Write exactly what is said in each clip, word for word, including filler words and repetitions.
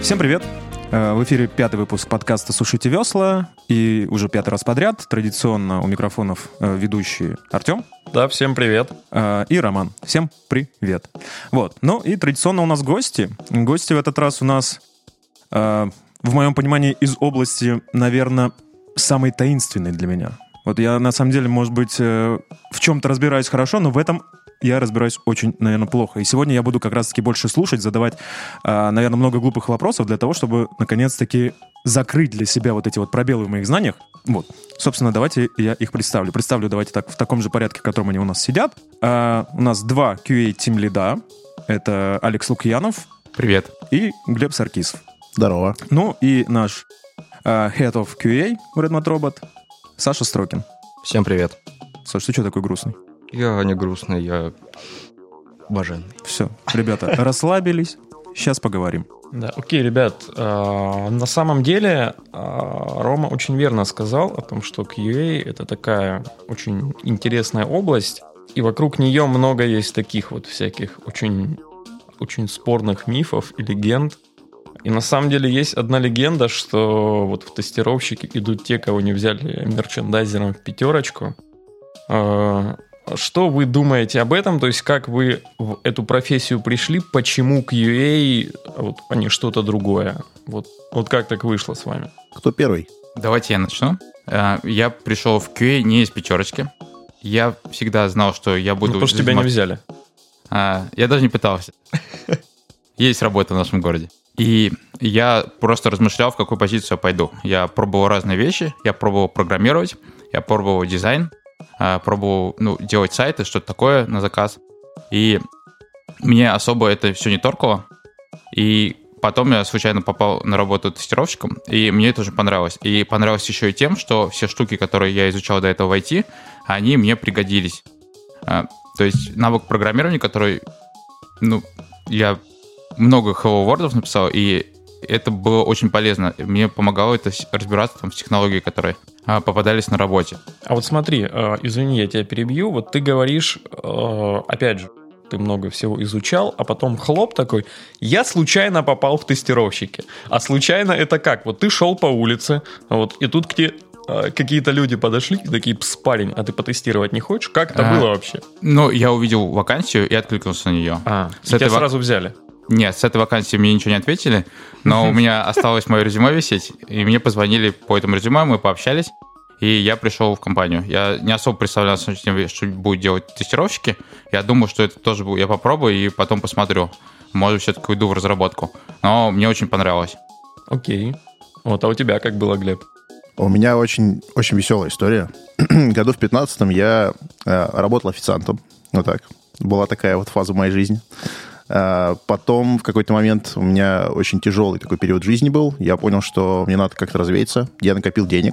Всем привет! В эфире пятый выпуск подкаста «Сушите весла». И уже пятый раз подряд традиционно у микрофонов ведущие Артем. Да, всем привет. И Роман. Всем привет. Вот. Ну и традиционно у нас гости. Гости в этот раз у нас, в моем понимании, из области, наверное, самой таинственной для меня. Вот я, на самом деле, может быть, в чем-то разбираюсь хорошо, но в этом я разбираюсь очень, наверное, плохо. И сегодня я буду как раз-таки больше слушать, задавать, наверное, много глупых вопросов для того, чтобы, наконец-таки, закрыть для себя вот эти вот пробелы в моих знаниях. Вот. Собственно, давайте я их представлю. Представлю давайте так, в таком же порядке, в котором они у нас сидят. А, у нас два кью эй-тимлида. Это Алекс Лукьянов. Привет. И Глеб Саркисов. Здорово. Ну и наш а, Head of кью эй в Redmond Robot Саша Строкин. Всем привет. Саш, ты что такой грустный? Я не грустный, я блаженный. Все, ребята, расслабились. Сейчас поговорим. Да, окей, ребят, э, на самом деле э, Рома очень верно сказал о том, что кью эй — это такая очень интересная область, и вокруг нее много есть таких вот всяких очень, очень спорных мифов и легенд. И на самом деле есть одна легенда, что вот в тестировщики идут те, кого не взяли мерчендайзером в пятерочку. Э, Что вы думаете об этом? То есть, как вы в эту профессию пришли? Почему кью эй, вот, а не что-то другое? Вот, вот как так вышло с вами? Кто первый? Давайте я начну. Я пришел в кью эй не из пятерочки. Я всегда знал, что я буду... Ну, потому что тебя не взяли. Я даже не пытался. Есть работа в нашем городе. И я просто размышлял, в какую позицию я пойду. Я пробовал разные вещи. Я пробовал программировать. Я пробовал дизайн. Пробовал ну, делать сайты, что-то такое на заказ. И мне особо это все не торкало. И потом я случайно попал на работу тестировщиком, и мне это уже понравилось. И понравилось еще и тем, что все штуки, которые я изучал до этого в ай ти, они мне пригодились. То есть навык программирования, который... Ну, я много Hello World'ов написал, и это было очень полезно. Мне помогало это разбираться там, в технологии, которые а, попадались на работе. А вот смотри, э, извини, я тебя перебью. Вот ты говоришь, э, опять же, ты много всего изучал, а потом хлоп такой, я случайно попал в тестировщики. А случайно это как? Вот ты шел по улице, вот, и тут к тебе э, какие-то люди подошли, такие, пс, парень, а ты потестировать не хочешь? Как это а, было вообще? Ну, я увидел вакансию и откликнулся на нее. А, и тебя этого... сразу взяли? Нет, с этой вакансией мне ничего не ответили, но у меня осталось мое резюме висеть, и мне позвонили по этому резюме, мы пообщались, и я пришел в компанию. Я не особо представлял, что будут делать тестировщики. Я думал, что это тоже будет, я попробую и потом посмотрю. Может, все-таки уйду в разработку. Но мне очень понравилось. Окей. Вот, а у тебя как было, Глеб? У меня очень, очень веселая история. Году в пятнадцатом я э, работал официантом. Вот так. Была такая вот фаза в моей жизни. Потом в какой-то момент у меня очень тяжелый такой период жизни был. Я понял, что мне надо как-то развеяться. Я накопил денег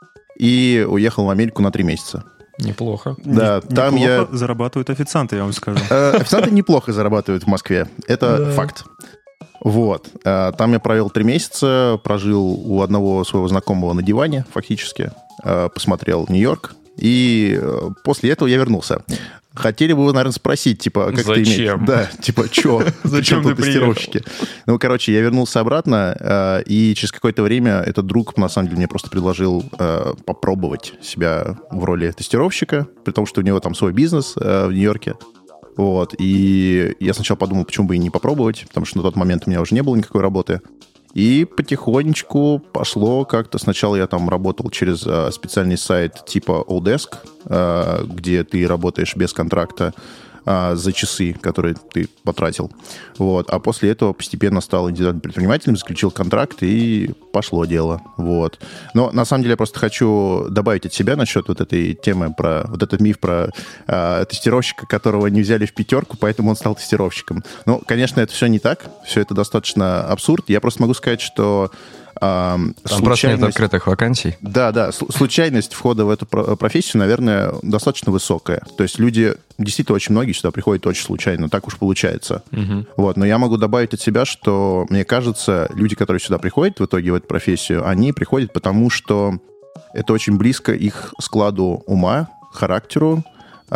и уехал в Америку на три месяца. Неплохо. Да, Не, там неплохо я... зарабатывают официанты, я вам скажу. Официанты неплохо зарабатывают в Москве. Это да. Факт. Вот. Там я провел три месяца, прожил у одного своего знакомого на диване фактически, посмотрел Нью-Йорк, и после этого я вернулся. Хотели бы вы, наверное, спросить, типа, как это Зачем? иметь? Да, типа, что? Зачем ты тестировщики? Ну, короче, я вернулся обратно, и через какое-то время этот друг, на самом деле, мне просто предложил попробовать себя в роли тестировщика, при том, что у него там свой бизнес в Нью-Йорке. Вот, и я сначала подумал, почему бы и не попробовать, потому что на тот момент у меня уже не было никакой работы. И потихонечку пошло как-то. Сначала я там работал через э, специальный сайт типа Odesk, э, где ты работаешь без контракта э, за часы, которые ты потратил. Вот. А после этого постепенно стал индивидуальным предпринимателем, заключил контракт, и пошло дело. Вот. Но на самом деле я просто хочу добавить от себя насчет вот этой темы, про вот этот миф про э, тестировщика, которого не взяли в пятерку, поэтому он стал тестировщиком. Ну, конечно, это все не так. Все это достаточно абсурд. Я просто могу сказать, что Там просто нет открытых вакансий. Да, да. Случайность входа в эту профессию, наверное, достаточно высокая. То есть люди, действительно, очень многие сюда приходят очень случайно. Так уж получается. Угу. Вот. Но я могу добавить от себя, что, мне кажется, люди, которые сюда приходят в итоге в эту профессию, они приходят потому, что это очень близко их складу ума, характеру,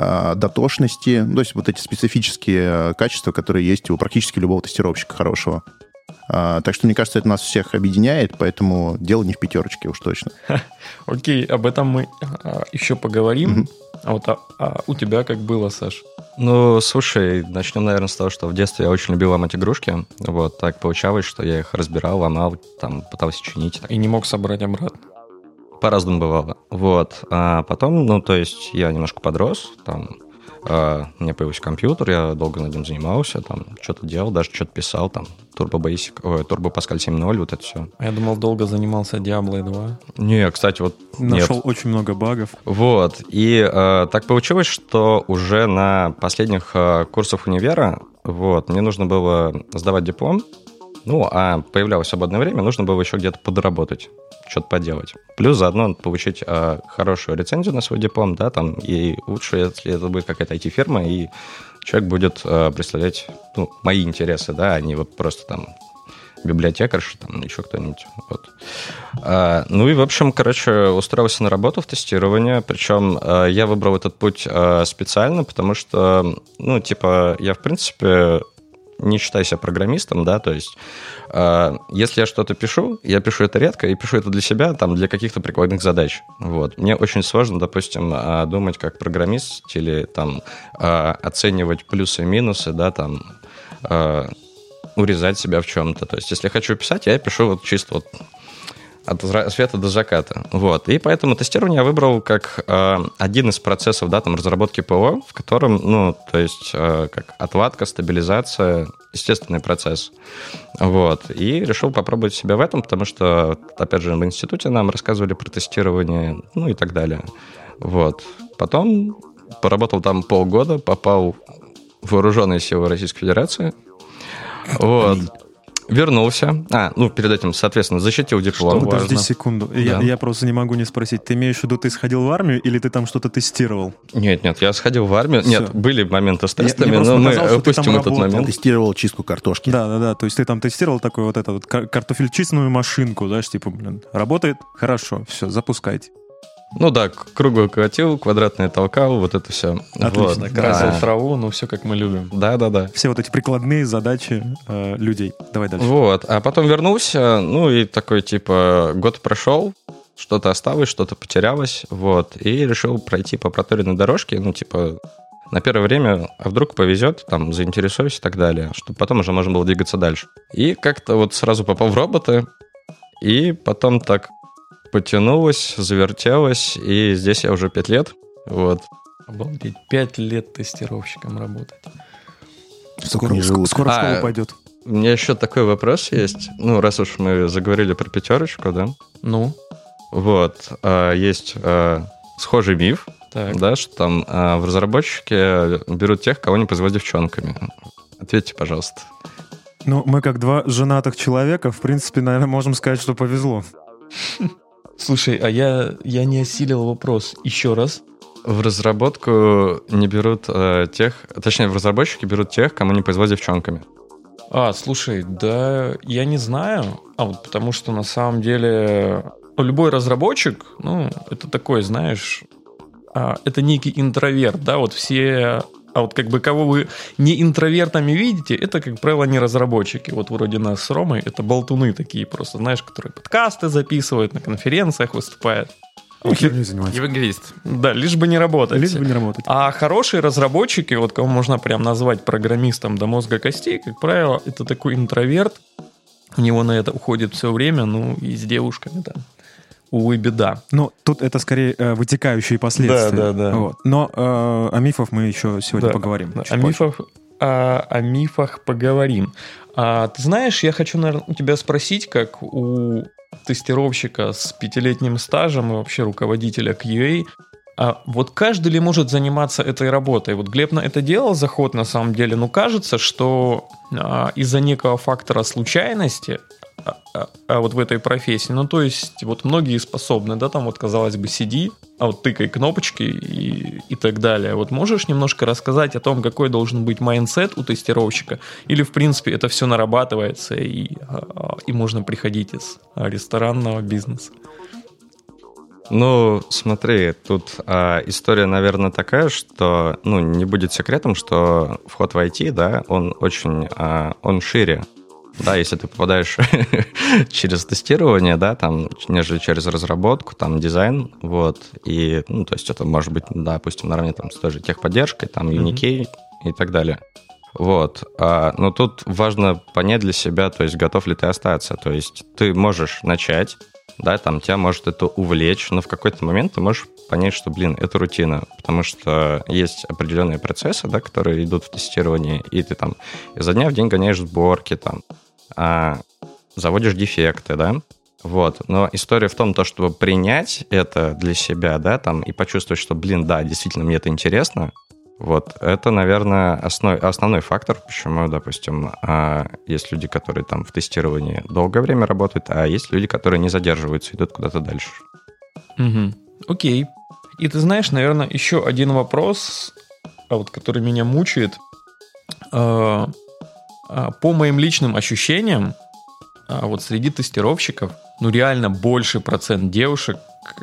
дотошности. То есть вот эти специфические качества, которые есть у практически любого тестировщика хорошего. А, так что, мне кажется, это нас всех объединяет, поэтому дело не в пятерочке уж точно. Окей, об этом мы а, еще поговорим. А вот а, а у тебя как было, Саш? Ну, слушай, начнем, наверное, с того, что в детстве я очень любил ломать игрушки. Вот, так получалось, что я их разбирал, ломал, там, пытался чинить. И не мог собрать обратно? По-разному бывало. Вот. А потом, ну, то есть я немножко подрос, там, Uh, у меня появился компьютер, я долго над ним занимался, там, что-то делал, даже что-то писал, там, Turbo Basic, ой, Turbo Pascal семь ноль, вот это все. А я думал, долго занимался Diablo два. Не, кстати, вот Нашел нет. очень много багов. Вот, и uh, так получилось, что уже на последних uh, курсах универа, вот, мне нужно было сдавать диплом, ну, а появлялось свободное время, нужно было еще где-то подработать, что-то поделать. Плюс заодно получить э, хорошую рецензию на свой диплом, да, там, и лучше, если это будет какая-то ай ти-фирма, и человек будет э, представлять, ну, мои интересы, да, а не вот просто там библиотекарь, там, еще кто-нибудь, вот. А, ну и, в общем, короче, устроился на работу в тестирование, причем э, я выбрал этот путь э, специально, потому что, ну, типа, я, в принципе... не считаю себя программистом, да, то есть э, если я что-то пишу, я пишу это редко и пишу это для себя, там, для каких-то прикладных задач, вот. Мне очень сложно, допустим, э, думать как программист или, там, э, оценивать плюсы и минусы, да, там, э, урезать себя в чем-то, то есть если я хочу писать, я пишу вот чисто вот от света до заката. Вот. И поэтому тестирование я выбрал как э, один из процессов, да, там, разработки ПО, в котором, ну, то есть, э, как отладка, стабилизация, естественный процесс. Вот. И решил попробовать себя в этом, потому что, опять же, в институте нам рассказывали про тестирование, ну, и так далее. Вот. Потом поработал там полгода, попал в вооруженные силы Российской Федерации. Вот. Вернулся. А, ну, перед этим, соответственно, защитил диплом. Что, подожди секунду. Да. Я, я просто не могу не спросить. Ты имеешь в виду, ты сходил в армию или ты там что-то тестировал? Нет, нет, я сходил в армию. Все. Нет, были моменты с тестами, я, но мы показал, опустим этот момент. Тестировал чистку картошки. Да, да, да. То есть ты там тестировал такой вот эту вот картофельчистную машинку, знаешь, типа, блин, работает? Хорошо, все, запускайте. Ну да, круглую колотил, квадратные толкал, вот это все. Отлично, вот. Красил да. траву, ну все как мы любим. Да-да-да. Все вот эти прикладные задачи э, людей. Давай дальше. Вот, а потом вернулся, ну и такой типа год прошел, что-то осталось, что-то потерялось, вот, и решил пройти по проторенной дорожке, ну типа на первое время, а вдруг повезет, там, заинтересуюсь и так далее, чтобы потом уже можно было двигаться дальше. И как-то вот сразу попал в роботы, и потом так... потянулась, завертелась, и здесь я уже пять лет. Вот. Обалдеть, пять лет тестировщиком работать. Скоро, ск- скоро в школу а, пойдет. У меня еще такой вопрос есть. Ну, раз уж мы заговорили про пятерочку, да? Ну? Вот. А, есть а, схожий миф, так. да, что там а, в разработчике берут тех, кого не позвать девчонками. Ответьте, пожалуйста. Ну, мы как два женатых человека, в принципе, наверное, можем сказать, что повезло. Слушай, а я, я не осилил вопрос. Еще раз. В разработку не берут э, тех... Точнее, в разработчики берут тех, кому не повезло с девчонками. А, слушай, да я не знаю. А вот потому что на самом деле... Ну, любой разработчик, ну, это такой, знаешь... А, это некий интроверт, да? Вот все... А вот как бы кого вы не интровертами видите, это, как правило, не разработчики. Вот вроде нас с Ромой, это болтуны такие просто, знаешь, которые подкасты записывают, на конференциях выступают. Херней занимаются. Евангелист. Да, лишь бы не работать. Лишь бы не работать. А хорошие разработчики, вот кого можно прям назвать программистом до мозга костей, как правило, это такой интроверт. У него на это уходит все время, ну и с девушками там. Увы, беда. Ну, тут это скорее э, вытекающие последствия. Да, да, да. Вот. Но э, о мифах мы еще сегодня да, поговорим. Да. О, мифах, о, о мифах поговорим. А, ты знаешь, я хочу, наверное, у тебя спросить, как у тестировщика с пятилетним стажем и вообще руководителя кью эй, а вот каждый ли может заниматься этой работой? Вот Глеб на это делал заход, на самом деле, но кажется, что а, из-за некого фактора случайности А, а, а вот в этой профессии, ну то есть вот многие способны, да, там вот казалось бы сиди, а вот тыкай кнопочки и, и так далее. Вот можешь немножко рассказать о том, какой должен быть майндсет у тестировщика, или в принципе это все нарабатывается и, и можно приходить из ресторанного бизнеса? Ну, смотри, тут а, история, наверное, такая, что, ну, не будет секретом, что вход в ай ти, да, он очень, а, он шире. да, если ты попадаешь через тестирование, да, там, нежели через разработку, там, дизайн, вот, и, ну, то есть это может быть, допустим, наравне там с той же техподдержкой, там, Unikey и так далее. Вот. А, но тут важно понять для себя, то есть готов ли ты остаться. То есть ты можешь начать, да, там тебя может это увлечь, но в какой-то момент ты можешь понять, что, блин, это рутина, потому что есть определенные процессы, да, которые идут в тестировании, и ты там изо дня в день гоняешь сборки, там, а, заводишь дефекты, да, вот. Но история в том, то, чтобы принять это для себя, да, там, и почувствовать, что, блин, да, действительно, мне это интересно. Вот, это, наверное, основной, основной фактор, почему, допустим, есть люди, которые там в тестировании долгое время работают, а есть люди, которые не задерживаются, идут куда-то дальше. Угу. Окей. И ты знаешь, наверное, еще один вопрос, вот, который меня мучает. По моим личным ощущениям, вот среди тестировщиков, ну, реально больше процент девушек,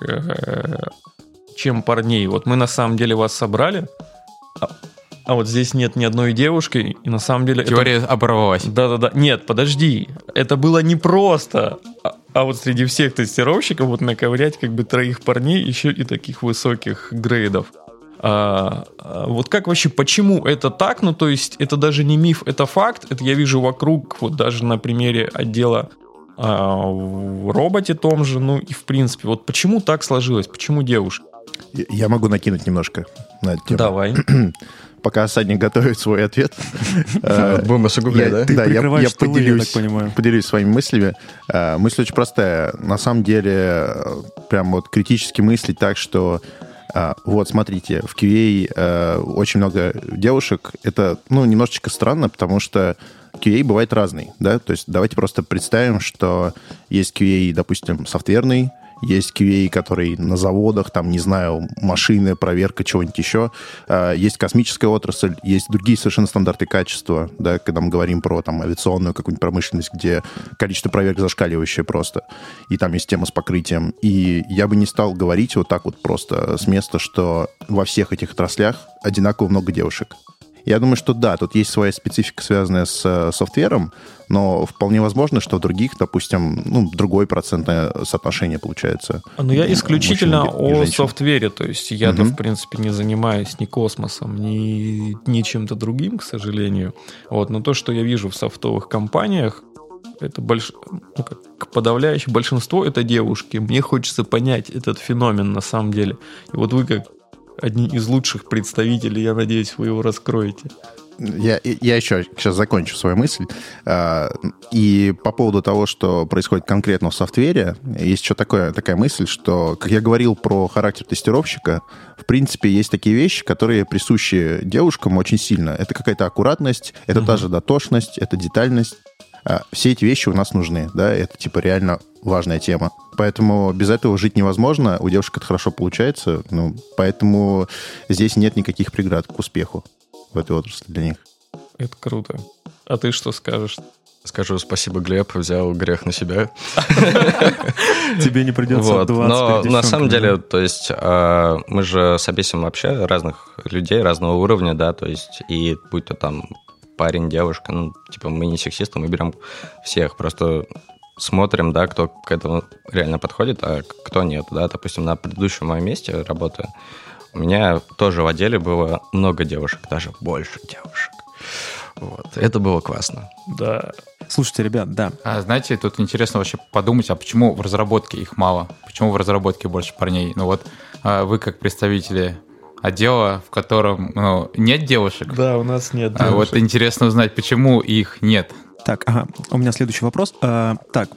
чем парней. Вот мы на самом деле вас собрали, А, а вот здесь нет ни одной девушки, и на самом деле... Теория это... оборвалась. Да-да-да. Нет, подожди. Это было непросто. А, а вот среди всех тестировщиков вот наковырять как бы троих парней еще и таких высоких грейдов. А, а вот как вообще, почему это так? Ну, то есть это даже не миф, это факт. Это я вижу вокруг, вот даже на примере отдела а, в роботе том же. Ну и в принципе, вот почему так сложилось? Почему девушки? Я могу накинуть немножко на эту тему. Давай. Пока Саня готовит свой ответ. Будем усугублять, да? Да, я поделюсь поделюсь своими мыслями. Мысль очень простая. На самом деле, прям вот критически мыслить так, что вот, смотрите, в кью эй очень много девушек. Это, ну, немножечко странно, потому что кью эй бывает разный, да? То есть давайте просто представим, что есть кью эй, допустим, софтверный, есть кью эй, который на заводах, там, не знаю, машины, проверка, чего-нибудь еще. Есть космическая отрасль, есть другие совершенно стандарты качества, да, когда мы говорим про там, авиационную какую-нибудь промышленность, где количество проверок зашкаливающее просто. И там есть тема с покрытием. И я бы не стал говорить вот так вот просто с места, что во всех этих отраслях одинаково много девушек. Я думаю, что да, тут есть своя специфика, связанная с софтвером, но вполне возможно, что в других, допустим, ну, другое процентное соотношение получается. Ну, я исключительно мужчин и о софтвере, то есть я-то, угу. в принципе, не занимаюсь ни космосом, ни, ни чем-то другим, к сожалению. Вот, но то, что я вижу в софтовых компаниях, это больш... ну, как подавляющее большинство это девушки. Мне хочется понять этот феномен на самом деле. И вот вы как одни из лучших представителей, я надеюсь, вы его раскроете. Я, я еще сейчас закончу свою мысль. И по поводу того, что происходит конкретно в софтвере, есть еще такое, такая мысль, что, как я говорил про характер тестировщика, в принципе, есть такие вещи, которые присущи девушкам очень сильно. Это какая-то аккуратность, это mm-hmm. та же дотошность, это детальность. Все эти вещи у нас нужны, да, это типа реально важная тема. Поэтому без этого жить невозможно, у девушек это хорошо получается, ну, поэтому здесь нет никаких преград к успеху в этой отрасли для них. Это круто. А ты что скажешь? Скажу спасибо, Глеб, взял грех на себя. Тебе не придется отдуваться. Но на самом деле, то есть мы же собесим вообще разных людей, разного уровня, да, то есть и будь то там парень, девушка, ну, типа, мы не сексисты, мы берем всех, просто смотрим, да, кто к этому реально подходит, а кто нет, да, допустим, на предыдущем моем месте работы у меня тоже в отделе было много девушек, даже больше девушек. Вот, это было классно. Да. Слушайте, ребят, да. А, знаете, тут интересно вообще подумать, а почему в разработке их мало? Почему в разработке больше парней? Ну вот, вы как представители отдела, в котором ну, нет девушек. Да, у нас нет девушек. А вот интересно узнать, почему их нет. Так, ага, у меня следующий вопрос. А, так.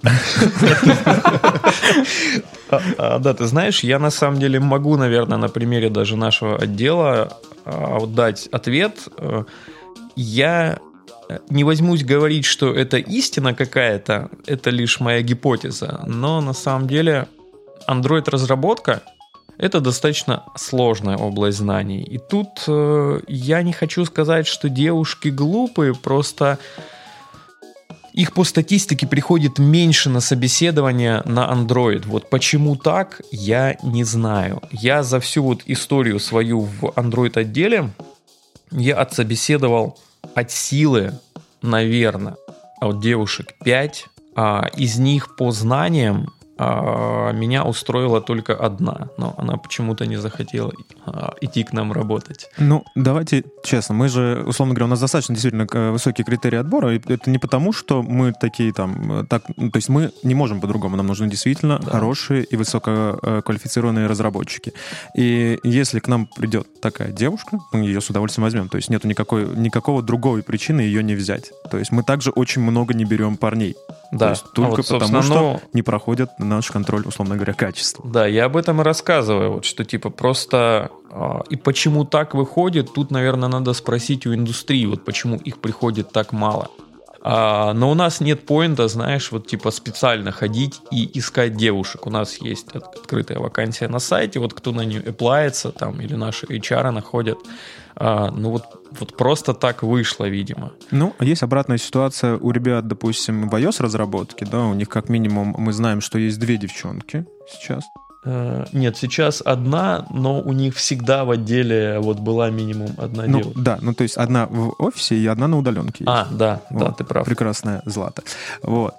Да, ты знаешь, я на самом деле могу, наверное, на примере даже нашего отдела дать ответ. Я не возьмусь говорить, что это истина какая-то, это лишь моя гипотеза, но на самом деле Android-разработка это достаточно сложная область знаний. И тут э, я не хочу сказать, что девушки глупые, просто их по статистике приходит меньше на собеседование на Android. Вот почему так, я не знаю. Я за всю вот историю свою в Android-отделе я отсобеседовал от силы, наверное, а вот девушек пять, а из них по знаниям а, меня устроила только одна, но она почему-то не захотела а, идти к нам работать. Ну, давайте честно, мы же, условно говоря, у нас достаточно действительно высокие критерии отбора, и это не потому, что мы такие там, так, то есть мы не можем по-другому, нам нужны действительно да. хорошие и высококвалифицированные разработчики. И если к нам придет такая девушка, мы ее с удовольствием возьмем, то есть нету никакой, никакого другой причины ее не взять. То есть мы также очень много не берем парней. Да. То есть только вот, потому, что ну, не проходят наш контроль, условно говоря, качества. Да, я об этом и рассказываю, вот, что типа просто э, и почему так выходит, тут, наверное, надо спросить у индустрии, вот почему их приходит так мало. А, но у нас нет поинта, знаешь, вот типа специально ходить и искать девушек. У нас есть открытая вакансия на сайте, вот кто на нее эплается, там, или наши эйч ар находят. А, ну вот, вот просто так вышло, видимо. Ну, есть обратная ситуация у ребят, допустим, в iOS-разработке, да, у них как минимум мы знаем, что есть две девчонки сейчас. Uh, нет, сейчас одна, но у них всегда в отделе вот была минимум одна ну, девушка. Да, ну то есть одна в офисе и одна на удаленке. А, есть. да, вот. да, ты прав. Прекрасная Злата. Вот.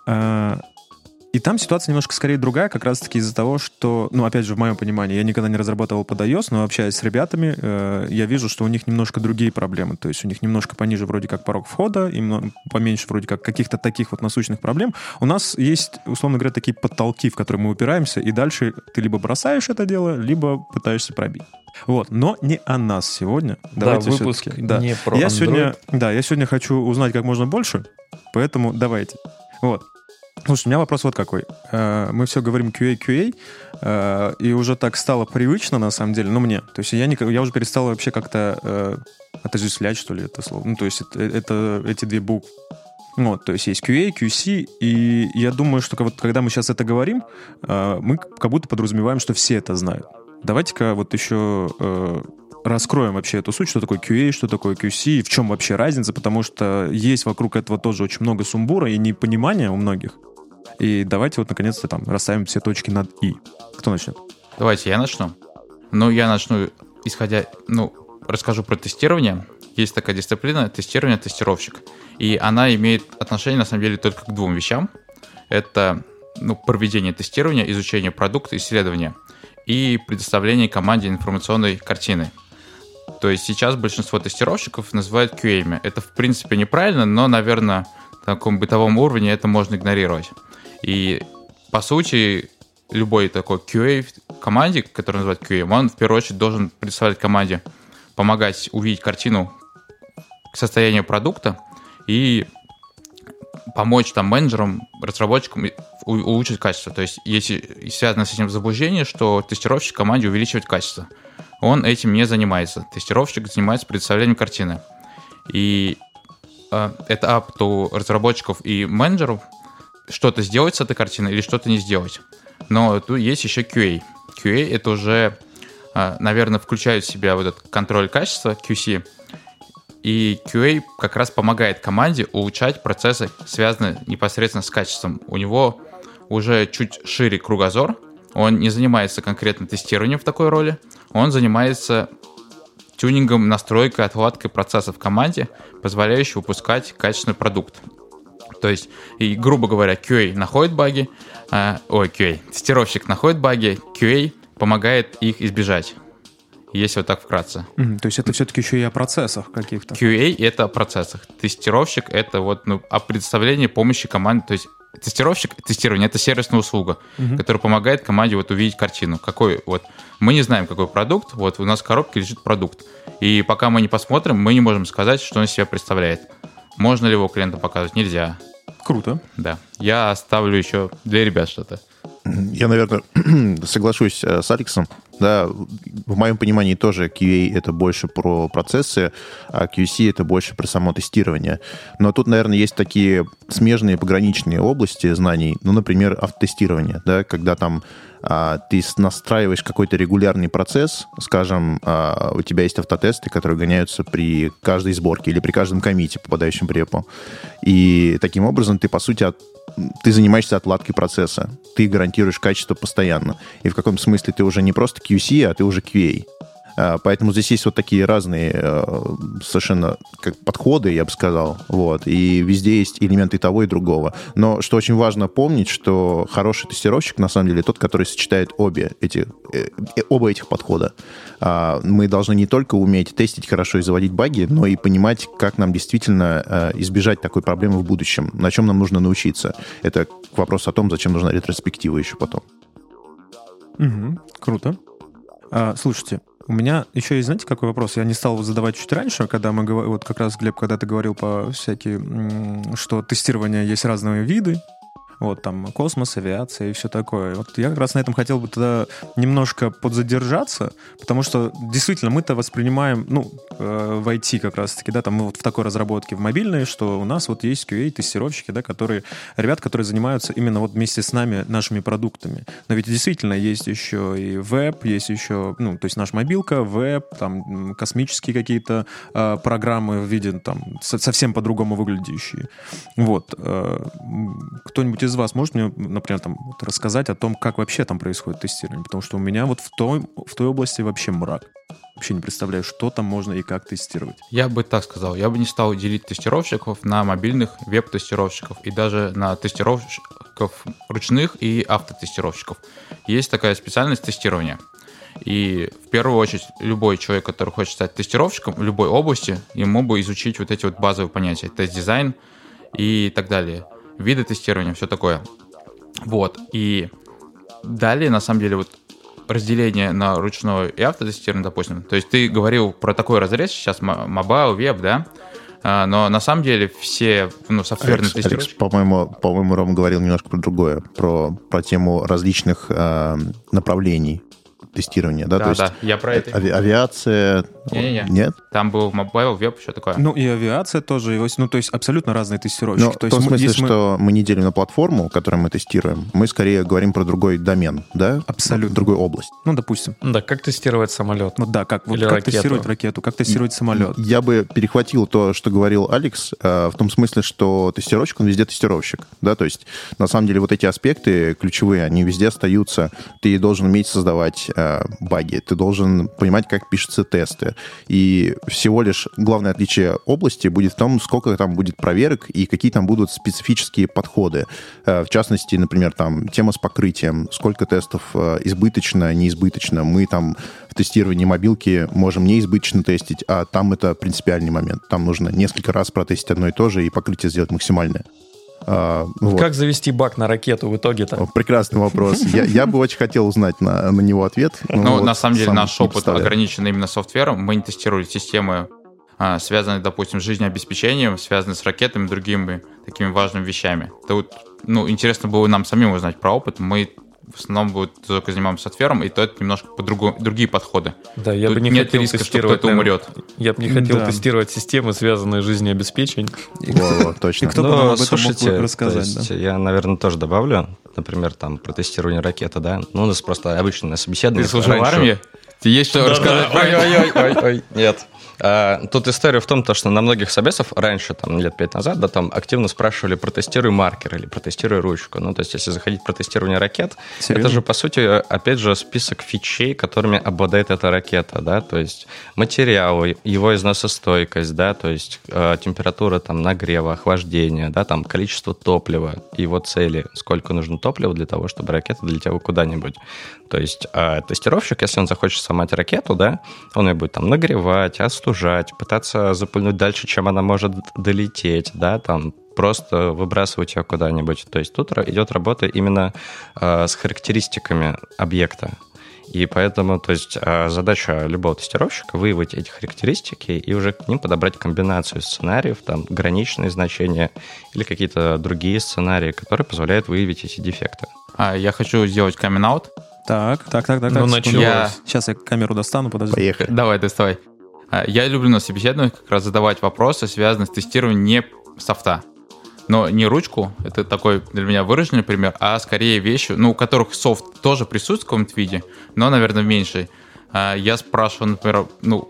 И там ситуация немножко скорее другая, как раз-таки из-за того, что, ну, опять же, в моем понимании, я никогда не разрабатывал под iOS, но общаясь с ребятами, э, я вижу, что у них немножко другие проблемы. То есть у них немножко пониже вроде как порог входа, им поменьше вроде как каких-то таких вот насущных проблем. У нас есть, условно говоря, такие потолки, в которые мы упираемся, и дальше ты либо бросаешь это дело, либо пытаешься пробить. Вот, но не о нас сегодня. Давайте да, выпуск да. не про я Android. сегодня, да, я сегодня хочу узнать как можно больше, поэтому давайте. Вот. Слушай, у меня вопрос вот какой. Мы все говорим кью эй, кью эй, и уже так стало привычно, на самом деле, ну, мне. То есть я, не, я уже перестал вообще как-то э, отождествлять, что ли, это слово. Ну, то есть это, это эти две буквы. Вот, то есть есть кью эй, кью си, и я думаю, что вот, когда мы сейчас это говорим, мы как будто подразумеваем, что все это знают. Давайте-ка вот еще... Э, раскроем вообще эту суть, что такое кью эй, что такое кью си, и в чем вообще разница, потому что есть вокруг этого тоже очень много сумбура и непонимания у многих. И давайте вот наконец-то там расставим все точки над «и». Кто начнет? Давайте я начну. Ну, я начну, исходя... Ну, расскажу про тестирование. Есть такая дисциплина — тестирование, тестировщик. И она имеет отношение, на самом деле, только к двум вещам. Это, ну, проведение тестирования, изучение продукта, исследования и предоставление команде информационной картины. То есть сейчас большинство тестировщиков называют кью эй. Это, в принципе, неправильно, но, наверное, на таком бытовом уровне это можно игнорировать. И, по сути, любой такой кью эй команде, который называют кью эй, он, в первую очередь, должен предоставлять команде, помогать увидеть картину состояния продукта и помочь там менеджерам, разработчикам улучшить качество. То есть, если связано с этим заблуждение, что тестировщик команде увеличивает качество, он этим не занимается. Тестировщик занимается представлением картины. И э, это up to разработчиков и менеджеров что-то сделать с этой картиной или что-то не сделать. Но тут есть еще кью эй. кью эй — это уже, э, наверное, включает в себя вот этот контроль качества, кью си. И кью эй как раз помогает команде улучшать процессы, связанные непосредственно с качеством. У него уже чуть шире кругозор. Он не занимается конкретно тестированием в такой роли. Он занимается тюнингом, настройкой, отладкой процессов в команде, позволяющей выпускать качественный продукт. То есть, и, грубо говоря, кью эй находит баги, э, ой, кью эй, тестировщик находит баги, кью эй помогает их избежать. Если вот так вкратце. Mm, то есть это все-таки еще и о процессах каких-то. кью эй — это о процессах. Тестировщик — это вот, ну, о предоставлении помощи команде. То есть тестировщик, тестирование — это сервисная услуга, mm-hmm. которая помогает команде вот увидеть картину. Какой вот мы не знаем, какой продукт. Вот у нас в коробке лежит продукт. И пока мы не посмотрим, мы не можем сказать, что он из себя представляет. Можно ли его клиенту показывать? Нельзя. Круто. Да. Я оставлю еще для ребят что-то. Я, наверное, соглашусь с Алексом. Да, в моем понимании тоже кью эй — это больше про процессы, а кью си — это больше про само тестирование. Но тут, наверное, есть такие смежные пограничные области знаний, ну, например, автотестирование, да, когда там а, ты настраиваешь какой-то регулярный процесс, скажем, а, у тебя есть автотесты, которые гоняются при каждой сборке или при каждом коммите, попадающем в репо. И таким образом ты, по сути, от ты занимаешься отладкой процесса, ты гарантируешь качество постоянно. И в каком смысле ты уже не просто кью си, а ты уже кью эй. Поэтому здесь есть вот такие разные совершенно как подходы, я бы сказал. Вот. И везде есть элементы того и другого. Но что очень важно помнить, что хороший тестировщик, на самом деле, тот, который сочетает обе эти, оба этих подхода. Мы должны не только уметь тестить хорошо и заводить баги, но и понимать, как нам действительно избежать такой проблемы в будущем, на чем нам нужно научиться. Это вопрос о том, зачем нужна ретроспектива еще потом. Угу, круто. А, слушайте, у меня еще есть, знаете, какой вопрос? Я не стал его задавать чуть раньше, когда мы говорили, вот как раз, Глеб, когда ты говорил по всякие, что тестирование есть разные виды, вот там космос, авиация и все такое. Вот я как раз на этом хотел бы тогда немножко подзадержаться, потому что действительно мы-то воспринимаем, ну, э, в ай ти как раз-таки, да, там мы вот в такой разработке в мобильной, что у нас вот есть кью эй-тестировщики, да, которые, ребят, которые занимаются именно вот вместе с нами нашими продуктами. Но ведь действительно есть еще и веб, есть еще, ну, то есть наша мобилка, веб, там космические какие-то э, программы в виде там со- совсем по-другому выглядящие. Вот. Э, кто-нибудь из вас может мне, например, там, вот рассказать о том, как вообще там происходит тестирование? Потому что у меня вот в той, в той области вообще мрак. Вообще не представляю, что там можно и как тестировать. Я бы так сказал. Я бы не стал делить тестировщиков на мобильных веб-тестировщиков и даже на тестировщиков ручных и автотестировщиков. Есть такая специальность тестирования. И в первую очередь любой человек, который хочет стать тестировщиком в любой области, ему бы изучить вот эти вот базовые понятия. Тест-дизайн и так далее. Виды тестирования, все такое. Вот. И далее, на самом деле, вот разделение на ручное и автотестирование, допустим. То есть ты говорил про такой разрез сейчас, мобайл, веб, да? А, но на самом деле все, ну, софтверные Алекс, тестировщики... Алекс, по-моему, по-моему, Рома говорил немножко про другое, про, про тему различных э, направлений тестирования, да? Да, То есть да, я про это. ави- авиация... Не-не-не. Нет? Там был мобайл, веб, все такое. Ну и авиация тоже, и, ну то есть абсолютно разные тестировщики. Ну, то в том есть мы- смысле, если мы- что мы не делим на платформу, которую мы тестируем, мы скорее говорим про другой домен, да? Абсолютно. Другую область. Ну, допустим. Да, как тестировать самолет? Ну да, как, вот Или как ракету. тестировать ракету, как тестировать самолет. Я бы перехватил то, что говорил Алекс, э, в том смысле, что тестировщик, он везде тестировщик, да, то есть на самом деле вот эти аспекты ключевые, они везде остаются. Ты должен уметь создавать э, баги, ты должен понимать, как пишутся тесты, и всего лишь главное отличие области будет в том, сколько там будет проверок и какие там будут специфические подходы. Э, в частности, например, там тема с покрытием, сколько тестов э, избыточно, неизбыточно. Мы там в тестировании мобилки можем не избыточно тестить, а там это принципиальный момент. Там нужно несколько раз протестить одно и то же и покрытие сделать максимальное. А, вот. Как завести баг на ракету в итоге-то? Прекрасный вопрос. Я, я бы очень хотел узнать на, на него ответ. Ну, вот на самом деле, сам наш не опыт представляю. ограничен именно софтвером. Мы не тестировали системы, а, связанные, допустим, с жизнеобеспечением, связанные с ракетами и другими такими важными вещами. Это вот, ну, интересно было нам самим узнать про опыт. Мы в основном вот только занимаемся софтвером, и то это немножко по другу, другие подходы. Да, я Тут бы не нет хотел риска, что тестировать, кто-то наверное, умрет. Я бы не хотел Да. тестировать системы, связанные с жизнеобеспечением. Во, во, точно. И кто бы Ну, нам об этом слушайте, мог рассказать, то есть да? я, наверное, тоже добавлю, например, там, про тестирование ракеты, да. Ну, у нас просто обычное собеседование. Ты служил в Раньше- армии? Тебе есть что рассказать? про это? Ой-ой-ой, нет. А, тут история в том, то, что на многих собесов раньше, там, лет пять назад, да, там активно спрашивали, протестируй маркер или протестируй ручку. Ну, то есть, если заходить про тестирование ракет, Серьезно? это же, по сути, опять же, список фичей, которыми обладает эта ракета, да, то есть материалы, его износостойкость, да, то есть э, температура, там, нагрева, охлаждения, да, там, количество топлива, его цели, сколько нужно топлива для того, чтобы ракета долетела куда-нибудь. То есть э, тестировщик, если он захочет сломать ракету, да, он ее будет там нагревать, остужать, пытаться запульнуть дальше, чем она может долететь, да, там, просто выбрасывать ее куда-нибудь. То есть тут идет работа именно э, с характеристиками объекта. И поэтому, то есть, э, задача любого тестировщика выявить эти характеристики и уже к ним подобрать комбинацию сценариев, там, граничные значения или какие-то другие сценарии, которые позволяют выявить эти дефекты. А, я хочу сделать камин-аут. Так, так, так, так. Ну, так, началось. секунду. Я- Сейчас я камеру достану, подожди. Поехали. Давай, доставай. А, Я люблю на собеседованиях как раз задавать вопросы, связанные с тестированием не софта. Но не ручку, это такой для меня выраженный пример, а скорее вещи, ну, у которых софт тоже присутствует в каком-то виде, но, наверное, в меньшей. А, Я спрашивал, например, ну,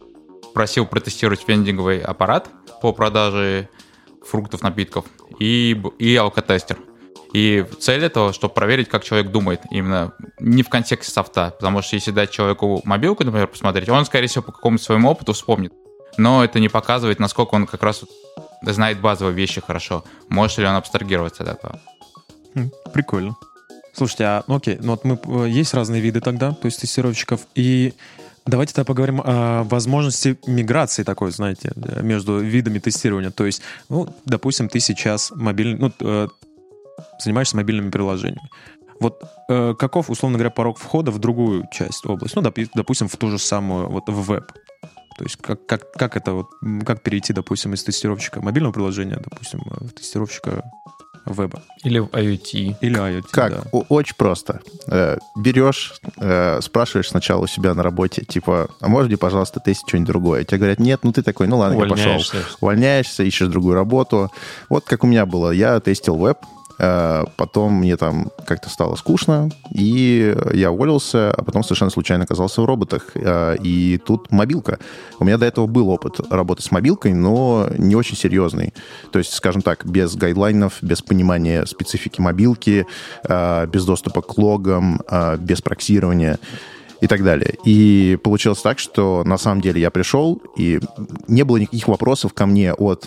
просил протестировать вендинговый аппарат по продаже фруктов, напитков и, б- и алкотестер. И цель этого, чтобы проверить, как человек думает, именно не в контексте софта. Потому что если дать человеку мобилку, например, посмотреть, он, скорее всего, по какому-то своему опыту вспомнит. Но это не показывает, насколько он как раз знает базовые вещи хорошо. Может ли он абстрагироваться от этого. Прикольно. Слушайте, а ну окей, ну вот мы, есть разные виды тогда, то есть тестировщиков, и давайте тогда поговорим о возможности миграции такой, знаете, между видами тестирования. То есть, ну, допустим, ты сейчас мобильный, ну, э, занимаешься мобильными приложениями. Вот э, каков, условно говоря, порог входа в другую часть области? Ну, доп- допустим, в ту же самую, вот в веб. То есть как, как, как это вот, как перейти, допустим, из тестировщика мобильного приложения, допустим, в тестировщика веба. Или в IoT. Или IoT, Как? да. О- очень просто. Э, берешь, э, спрашиваешь сначала у себя на работе, типа, а можно ли, пожалуйста, тестить что-нибудь другое? Тебе говорят, нет, ну ты такой, ну ладно, я пошел. Увольняешься. Увольняешься, ищешь другую работу. Вот как у меня было. Я тестил веб, э, потом мне там как-то стало скучно, и я уволился, а потом совершенно случайно оказался в роботах. Э, и тут мобилка. У меня до этого был опыт работы с мобилкой, но не очень серьезный. То есть, скажем так, без гайдлайнов, без понимания специфики мобилки, э, без доступа к логам, э, без проксирования и так далее. И получилось так, что на самом деле я пришел, и не было никаких вопросов ко мне от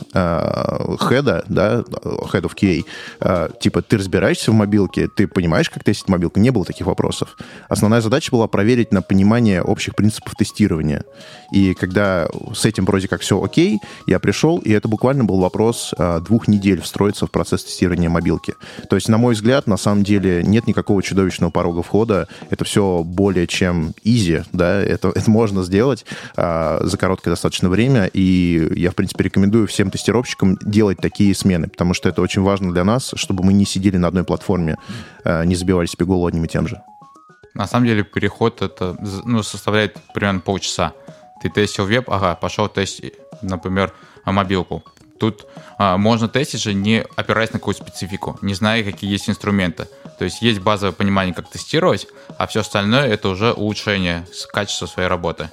э, хеда, да, head of кью эй, э, типа, ты разбираешься в мобилке, ты понимаешь, как тестить мобилку? Не было таких вопросов. Основная задача была проверить на понимание общих принципов тестирования. И когда с этим вроде как все окей, я пришел, и это буквально был вопрос э, двух недель встроиться в процесс тестирования мобилки. То есть, на мой взгляд, на самом деле нет никакого чудовищного порога входа. Это все более чем easy, да, это, это можно сделать а, за короткое достаточно время, и я, в принципе, рекомендую всем тестировщикам делать такие смены, потому что это очень важно для нас, чтобы мы не сидели на одной платформе, а, не забивали себе голову одним и тем же. На самом деле переход это, ну, составляет примерно полчаса. Ты тестил веб, ага, пошел тестить, например, мобилку. Тут а, можно тестить же, не опираясь на какую-то специфику, не зная, какие есть инструменты. То есть есть базовое понимание, как тестировать, а все остальное — это уже улучшение качества своей работы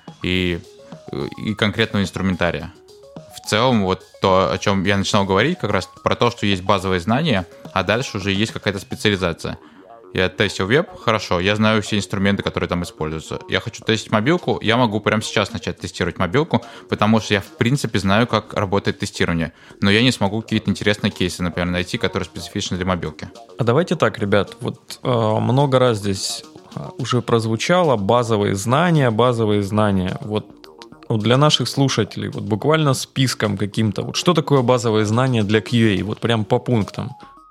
и, и конкретного инструментария. В целом, вот то, о чем я начинал говорить, как раз про то, что есть базовые знания, а дальше уже есть какая-то специализация. Я тестил веб, хорошо, я знаю все инструменты, которые там используются. Я хочу тестить мобилку, я могу прямо сейчас начать тестировать мобилку, потому что я, в принципе, знаю, как работает тестирование. Но я не смогу какие-то интересные кейсы, например, найти, которые специфичны для мобилки. А давайте так, ребят, вот э, много раз здесь уже прозвучало базовые знания, базовые знания. Вот, вот для наших слушателей, вот буквально списком каким-то, вот что такое базовые знания для кью эй, вот прям по пунктам.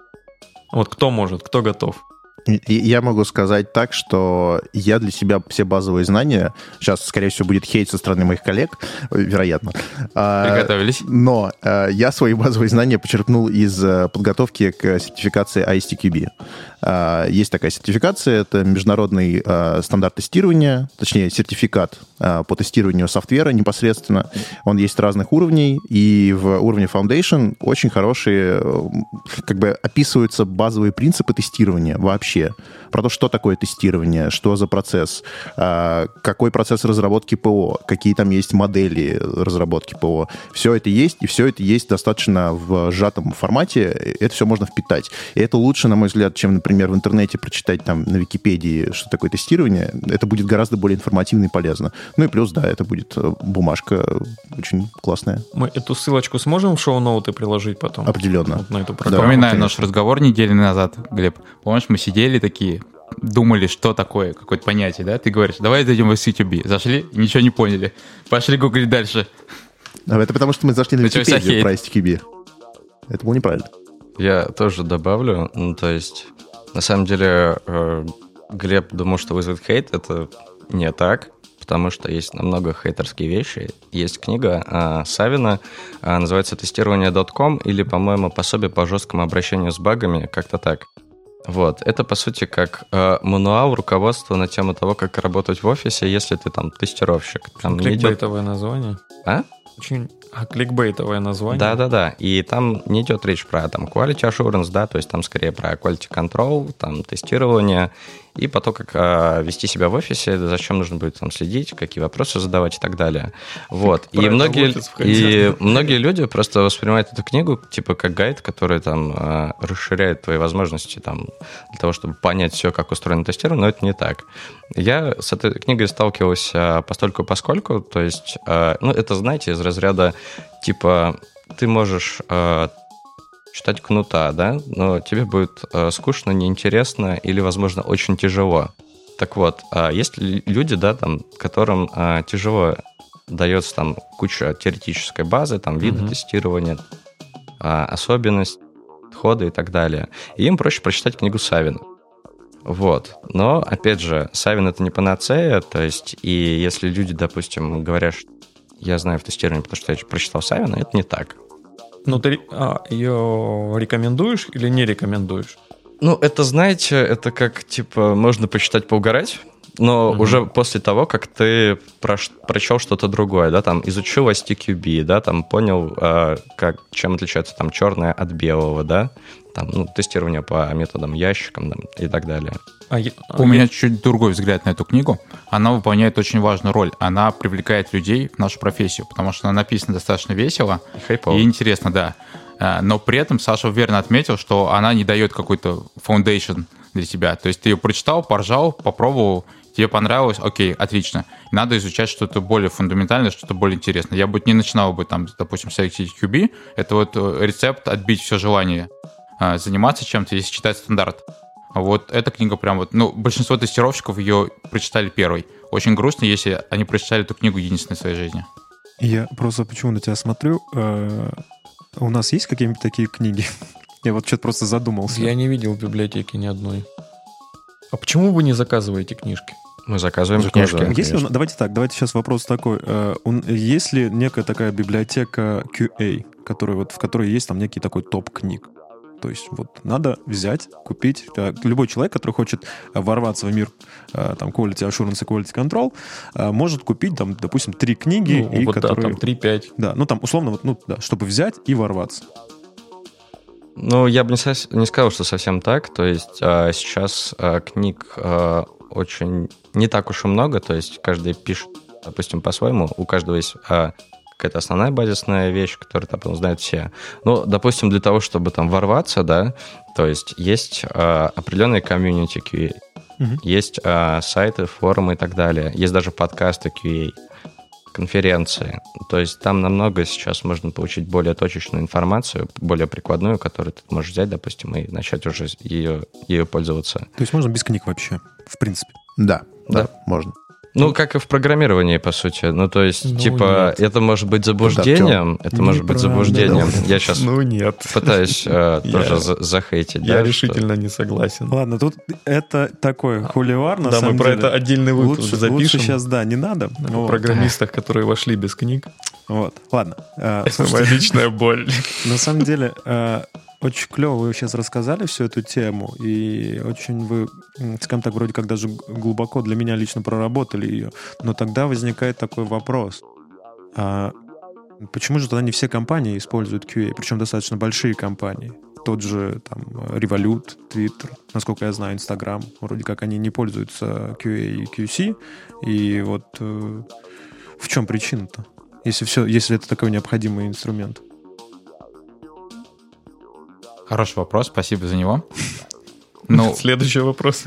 Вот кто может, кто готов? И я могу сказать так, что я для себя все базовые знания, сейчас, скорее всего, будет хейт со стороны моих коллег, вероятно. Приготовились. Но я свои базовые знания почерпнул из подготовки к сертификации ай эс ти кью би. Есть такая сертификация, это международный стандарт тестирования, точнее, сертификат по тестированию софтвера непосредственно. Он есть разных уровней, и в уровне Foundation очень хорошие, как бы описываются базовые принципы тестирования вообще. Про то, что такое тестирование, что за процесс, какой процесс разработки ПО, какие там есть модели разработки ПО. Все это есть, и все это есть достаточно в сжатом формате. Это все можно впитать. И это лучше, на мой взгляд, чем, например, в интернете прочитать там на Википедии, что такое тестирование. Это будет гораздо более информативно и полезно. Ну и плюс, да, это будет бумажка очень классная. Мы эту ссылочку сможем в шоу-ноуты приложить потом? Определенно. Вот на эту Да, программу. Вспоминаю конечно. наш разговор недели назад, Глеб. Помнишь, мы сидели такие, думали, что такое, какое-то понятие, да? Ты говоришь, давай зайдем в эс ю ти би. Зашли, ничего не поняли. Пошли гуглить дальше. Это потому, что мы зашли на Начался Википедию хейт. про ай эс ти кью би. Это было неправильно. Я тоже добавлю, ну, то есть, на самом деле, э, Глеб думал, что вызовет хейт, это не так, потому что есть намного хейтерские вещи. Есть книга э, Савина, э, называется «Тестирование точка ком» или, по-моему, «Пособие по жесткому обращению с багами», как-то так. Вот, это, по сути, как э, мануал, руководство на тему того, как работать в офисе, если ты там тестировщик. Там не идет... Кликбейтовое название. А? Очень а, кликбейтовое название. Да-да-да, и там не идет речь про там quality assurance, да, то есть там скорее про quality control, там тестирование, и по то, как а, вести себя в офисе, зачем нужно будет там следить, какие вопросы задавать и так далее. Вот. И многие, и многие люди просто воспринимают эту книгу типа как гайд, который там а, расширяет твои возможности там, для того, чтобы понять все, как устроено тестирование, но это не так. Я с этой книгой сталкивался постольку-поскольку, то есть, а, ну, это, знаете, из разряда типа ты можешь... А, читать кнута, да, но тебе будет э, скучно, неинтересно или, возможно, очень тяжело. Так вот, э, есть люди, да, там, которым э, тяжело дается там куча теоретической базы, там, виды mm-hmm. тестирования, э, особенность, ходы и так далее. И им проще прочитать книгу Савина. Вот. Но, опять же, Савин — это не панацея, то есть, и если люди, допустим, говорят, что я знаю в тестировании, потому что я прочитал Савина, это не так. Ну, ты а, ее рекомендуешь или не рекомендуешь? Ну, это, знаете, это как, типа, можно почитать, поугарать, но угу. уже после того, как ты прош... прочел что-то другое, да, там, изучил эс ти кью би, да, там, понял, э, как, чем отличается там черное от белого, да, там, ну, тестирование по методам ящикам там, и так далее. А я, У а меня я... чуть другой взгляд на эту книгу. Она выполняет очень важную роль. Она привлекает людей в нашу профессию, потому что она написана достаточно весело Хайпово. И интересно, да. Но при этом Саша верно отметил, что она не дает какой-то foundation для тебя. То есть ты ее прочитал, поржал, попробовал, тебе понравилось, окей, отлично. Надо изучать что-то более фундаментальное, что-то более интересное. Я бы не начинал бы там, допустим, с эс ти кью би. Это вот рецепт отбить все желание заниматься чем-то, если читать стандарт. Вот эта книга прям вот... Ну, большинство тестировщиков ее прочитали первой. Очень грустно, если они прочитали эту книгу единственной в своей жизни. Я просто почему на тебя смотрю. Э, у нас есть какие-нибудь такие книги? Я вот что-то просто задумался. Я не видел в библиотеке ни одной. А почему вы не заказываете книжки? Мы заказываем, заказываем книжки. Если, давайте так, давайте сейчас вопрос такой. Есть ли некая такая библиотека кью эй, которая, вот, в которой есть там некий такой топ книг? То есть вот надо взять, купить. Любой человек, который хочет ворваться в мир там, quality assurance и quality control, может купить, там, допустим, три книги. Ну, и вот которые, да, там три-пять. Да, ну там условно, вот, ну, да, чтобы взять и ворваться. Ну, я бы не, не сказал, что совсем так. То есть а, сейчас а, книг а, очень не так уж и много. То есть каждый пишет, допустим, по-своему. У каждого есть... А, какая-то основная базисная вещь, которую там знают все. Ну, допустим, для того, чтобы там ворваться, да, то есть есть э, определенные комьюнити кью эй, uh-huh. есть э, сайты, форумы и так далее, есть даже подкасты кью эй, конференции. То есть там намного сейчас можно получить более точечную информацию, более прикладную, которую ты можешь взять, допустим, и начать уже ее, ею пользоваться. То есть можно без книг вообще, в принципе? Да, да, да можно. Ну, как и в программировании, по сути. Ну, то есть, ну, типа, нет. это может быть заблуждением. Это не может быть заблуждением. Я сейчас ну, нет. пытаюсь э, тоже за- захейтить. Я да, решительно что... не согласен. Ладно, тут это такой холивар, на да, самом мы про деле. это отдельный выпуск лучше, запишем. Лучше сейчас, да, не надо. О вот. программистах, которые вошли без книг. Вот, ладно. Это моя личная боль. На самом деле... Очень клево вы сейчас рассказали всю эту тему, и очень вы, скажем так, вроде как даже глубоко для меня лично проработали ее. Но тогда возникает такой вопрос. А почему же тогда не все компании используют кью эй, причем достаточно большие компании? Тот же там Revolut, Twitter, насколько я знаю, Instagram, вроде как они не пользуются кью эй и кью си. И вот э, в чем причина-то, если, все, если это такой необходимый инструмент? Хороший вопрос, спасибо за него. Ну, следующий вопрос.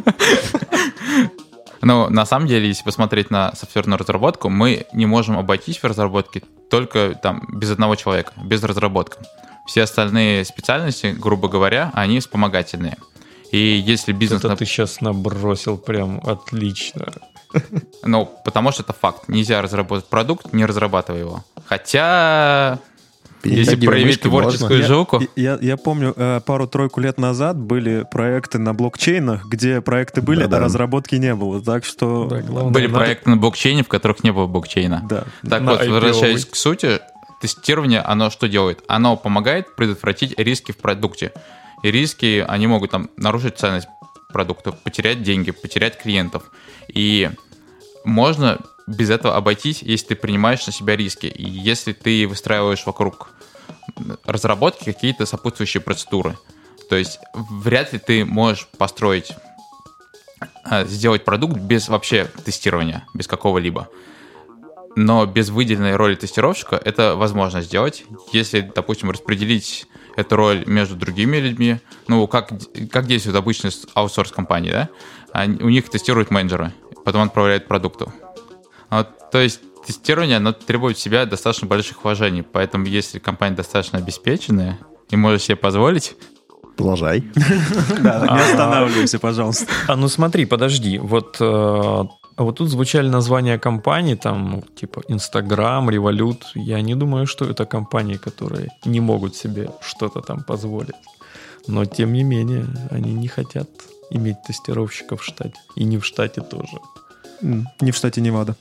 Ну, на самом деле, если посмотреть на софтверную разработку, мы не можем обойтись в разработке только там без одного человека, без разработки. Все остальные специальности, грубо говоря, они вспомогательные. И если бизнес... Это ты сейчас набросил прям отлично. Ну, потому что это факт. Нельзя разработать продукт, не разрабатывая его. Хотя... Если проявить творческую жилку. Я, я, я помню, пару-тройку лет назад были проекты на блокчейнах, где проекты были, да, а да. разработки не было. Так что... Да, главное, были надо... проекты на блокчейне, в которых не было блокчейна. Да. Так на вот, возвращаясь к сути, тестирование, оно что делает? Оно помогает предотвратить риски в продукте. И риски, они могут там нарушить ценность продукта, потерять деньги, потерять клиентов. И можно без этого обойтись, если ты принимаешь на себя риски. И если ты выстраиваешь вокруг разработки какие-то сопутствующие процедуры. То есть вряд ли ты можешь построить, сделать продукт без вообще тестирования, без какого-либо. Но без выделенной роли тестировщика это возможно сделать, если, допустим, распределить эту роль между другими людьми. Ну, как, как действует обычная аутсорс-компания, да? Они, у них тестируют менеджеры, потом отправляют продукту. Вот, то есть тестирование, оно требует в себя достаточно больших вложений, поэтому если компания достаточно обеспеченная и может себе позволить... Продолжай. Да, не останавливайся, пожалуйста. А ну смотри, подожди, вот... Вот тут звучали названия компаний, там, типа, Инстаграм, Револют. Я не думаю, что это компании, которые не могут себе что-то там позволить. Но, тем не менее, они не хотят иметь тестировщиков в штате. И не в штате тоже. Не в штате Невада.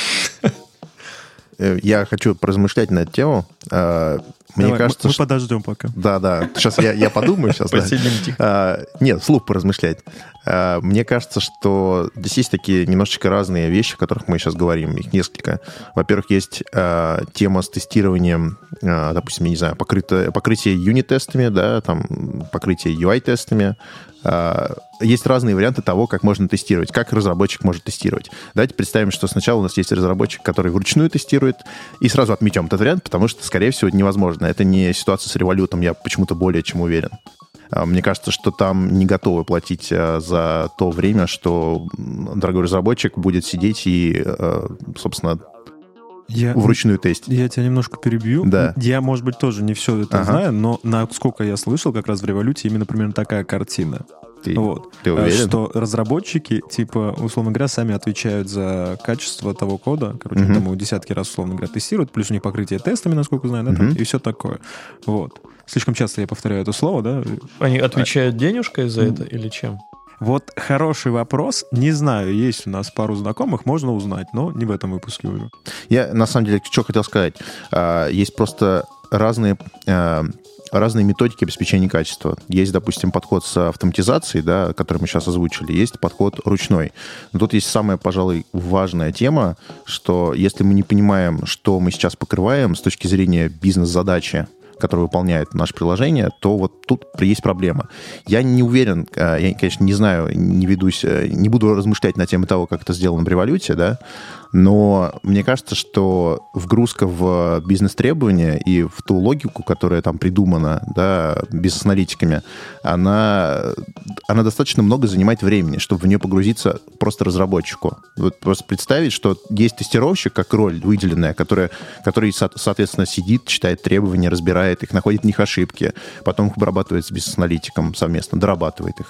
Я хочу поразмышлять на эту тему. Мне Давай, кажется, мы, мы что... подождем пока. Да, да. Сейчас я, я подумаю. Сейчас, Посидим да. тихо. А, нет, вслух поразмышлять. А, мне кажется, что здесь есть такие немножечко разные вещи, о которых мы сейчас говорим. Их несколько. Во-первых, есть а, тема с тестированием, а, допустим, я не знаю, покрытие, покрытие юнит-тестами, да, там, покрытие ю ай-тестами. А, есть разные варианты того, как можно тестировать, как разработчик может тестировать. Давайте представим, что сначала у нас есть разработчик, который вручную тестирует, и сразу отметем этот вариант, потому что, скорее всего, это невозможно. Это не ситуация с револютом, я почему-то более чем уверен. Мне кажется, что там не готовы платить за то время, что дорогой разработчик будет сидеть и, собственно, Я, вручную тестить. Я тебя немножко перебью. Да. Я, может быть, тоже не все это Ага. знаю, но насколько я слышал, как раз в «Революте» именно примерно такая картина. Ты, Вот. ты уверен? Что разработчики, типа, условно говоря, сами отвечают за качество того кода. Короче, Мгм. там его десятки раз, условно говоря, тестируют, плюс у них покрытие тестами, насколько знаю, да, там, Мгм. и все такое. Вот. Слишком часто я повторяю это слово, да. Они отвечают денежкой за это или чем? Вот хороший вопрос. Не знаю, есть у нас пару знакомых, можно узнать, но не в этом выпуске уже. Я, на самом деле, что хотел сказать. А, Есть просто разные, а, разные методики обеспечения качества. Есть, допустим, подход с автоматизацией, да, который мы сейчас озвучили, есть подход ручной. Но тут есть самая, пожалуй, важная тема, что если мы не понимаем, что мы сейчас покрываем с точки зрения бизнес-задачи, который выполняет наше приложение, то вот тут есть проблема. Я не уверен, я, конечно, не знаю, не ведусь, не буду размышлять на тему того, как это сделано в «Революте», да, но мне кажется, что вгрузка в бизнес-требования и в ту логику, которая там придумана, да, бизнес-аналитиками, она, она достаточно много занимает времени, чтобы в нее погрузиться просто разработчику. Вот просто представить, что есть тестировщик как роль выделенная, которая, который, соответственно, сидит, читает требования, разбирает их, находит в них ошибки, потом их обрабатывает с бизнес-аналитиком совместно, дорабатывает их.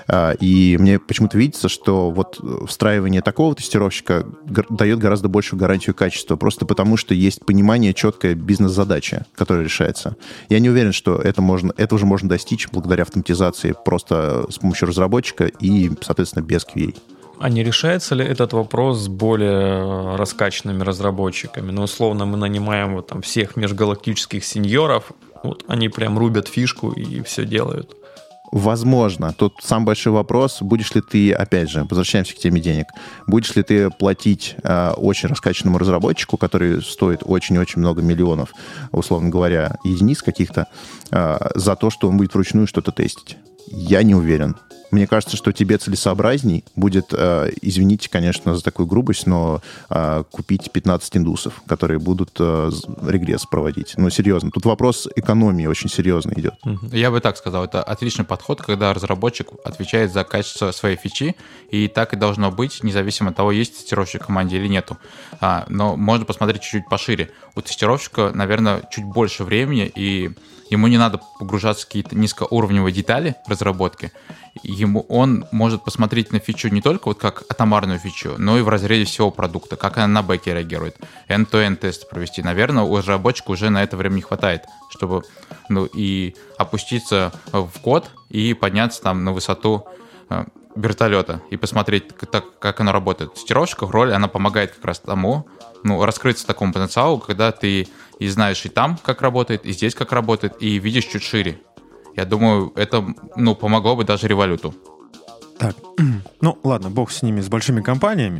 И мне почему-то видится, что вот встраивание такого тестировщика дает гораздо большую гарантию качества, просто потому что есть понимание, четкая бизнес-задача, которая решается. Я не уверен, что это можно, это уже можно достичь благодаря автоматизации просто с помощью разработчика и, соответственно, без кью эй. А не решается ли этот вопрос с более раскачанными разработчиками? Ну, условно, мы нанимаем вот там всех межгалактических сеньоров, вот они прям рубят фишку и все делают. Возможно. Тут самый большой вопрос, будешь ли ты, опять же, возвращаемся к теме денег, будешь ли ты платить э, очень раскачанному разработчику, который стоит очень-очень много миллионов, условно говоря, единиц каких-то, э, за то, что он будет вручную что-то тестить? Я не уверен. Мне кажется, что тебе целесообразней будет, э, извините, конечно, за такую грубость, но э, купить пятнадцать индусов, которые будут э, регресс проводить. Ну, серьезно. Тут вопрос экономии очень серьезно идет. Я бы так сказал, это отличный подход, когда разработчик отвечает за качество своей фичи, и так и должно быть, независимо от того, есть тестировщик в команде или нету. А, но можно посмотреть чуть-чуть пошире. У тестировщика, наверное, чуть больше времени, и ему не надо погружаться в какие-то низкоуровневые детали разработки. Ему, он может посмотреть на фичу не только вот как атомарную фичу, но и в разрезе всего продукта, как она на бэке реагирует, end-to-end тест провести. Наверное, у разработчика уже на это времени не хватает, чтобы ну, и опуститься в код и подняться там на высоту э, вертолета и посмотреть, как, как оно работает. Тестировщиков роль, она помогает как раз тому, ну, раскрыться такому потенциалу, когда ты и знаешь и там, как работает, и здесь, как работает, и видишь чуть шире. Я думаю, это ну, помогло бы даже «Революту». Так, ну ладно, бог с ними, с большими компаниями.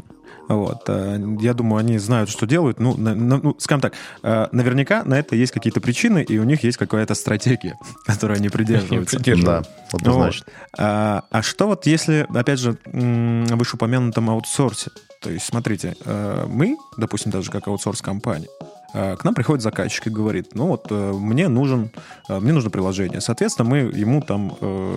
Вот. Я думаю, они знают, что делают. Ну, на, ну, скажем так, наверняка на это есть какие-то причины, и у них есть какая-то стратегия, которой они придерживаются. Да, однозначно. Вот. А, а что вот если, опять же, в вышеупомянутом аутсорсе? То есть, смотрите, мы, допустим, даже как аутсорс-компания, к нам приходит заказчик и говорит, ну вот мне нужен, мне нужно приложение. Соответственно, мы ему там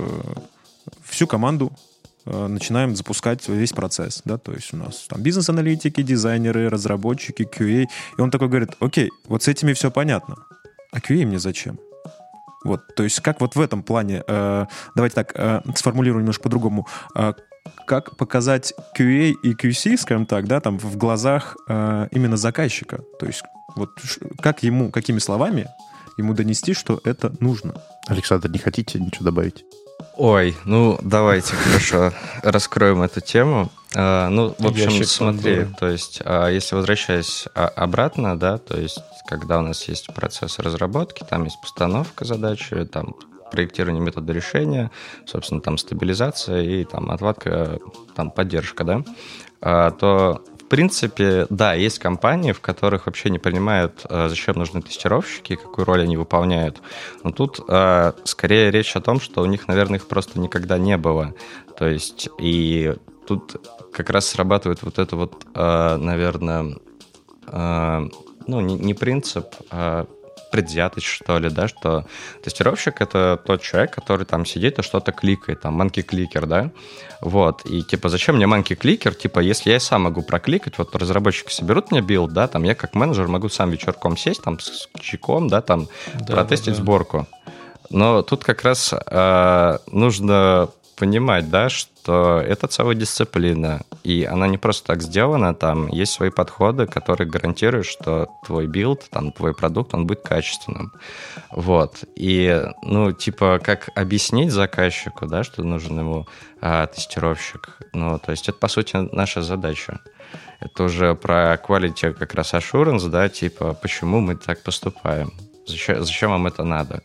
всю команду начинаем запускать весь процесс, да, то есть у нас там бизнес-аналитики, дизайнеры, разработчики, кью эй, и он такой говорит, окей, вот с этими все понятно, а кью эй мне зачем? Вот, то есть как вот в этом плане, э, давайте так, э, сформулируем немножко по-другому, э, как показать кью эй и кью си, скажем так, да, там в глазах э, именно заказчика, то есть вот как ему, какими словами ему донести, что это нужно? Александр, не хотите ничего добавить? Ой, ну давайте, хорошо, раскроем эту тему. А, ну, в общем, Ящик смотри, Пандоры. то есть, а, если возвращаясь а, обратно, да, то есть, когда у нас есть процесс разработки, там есть постановка задачи, там проектирование метода решения, собственно, там стабилизация и там отводка, там поддержка, да, а, то в принципе, да, есть компании, в которых вообще не понимают, зачем нужны тестировщики, какую роль они выполняют. Но тут э, скорее речь о том, что у них, наверное, их просто никогда не было. То есть, и тут как раз срабатывает вот это вот, э, наверное, э, ну, не, не принцип, а предвзятость, что ли, да, что тестировщик — это тот человек, который там сидит и что-то кликает, там, манки-кликер, да, вот, и, типа, зачем мне манки-кликер, типа, если я сам могу прокликать, вот разработчики соберут мне билд, да, там, я как менеджер могу сам вечерком сесть, там, с чеком, да, там, да, протестить да, да. сборку, но тут как раз э, нужно понимать, да, что это целая дисциплина, и она не просто так сделана, там есть свои подходы, которые гарантируют, что твой билд, там, твой продукт, он будет качественным. Вот. И, ну, типа, как объяснить заказчику, да, что нужен ему а, тестировщик? Ну, то есть это, по сути, наша задача. Это уже про quality как раз assurance, да, типа, почему мы так поступаем? Зачем, зачем вам это надо?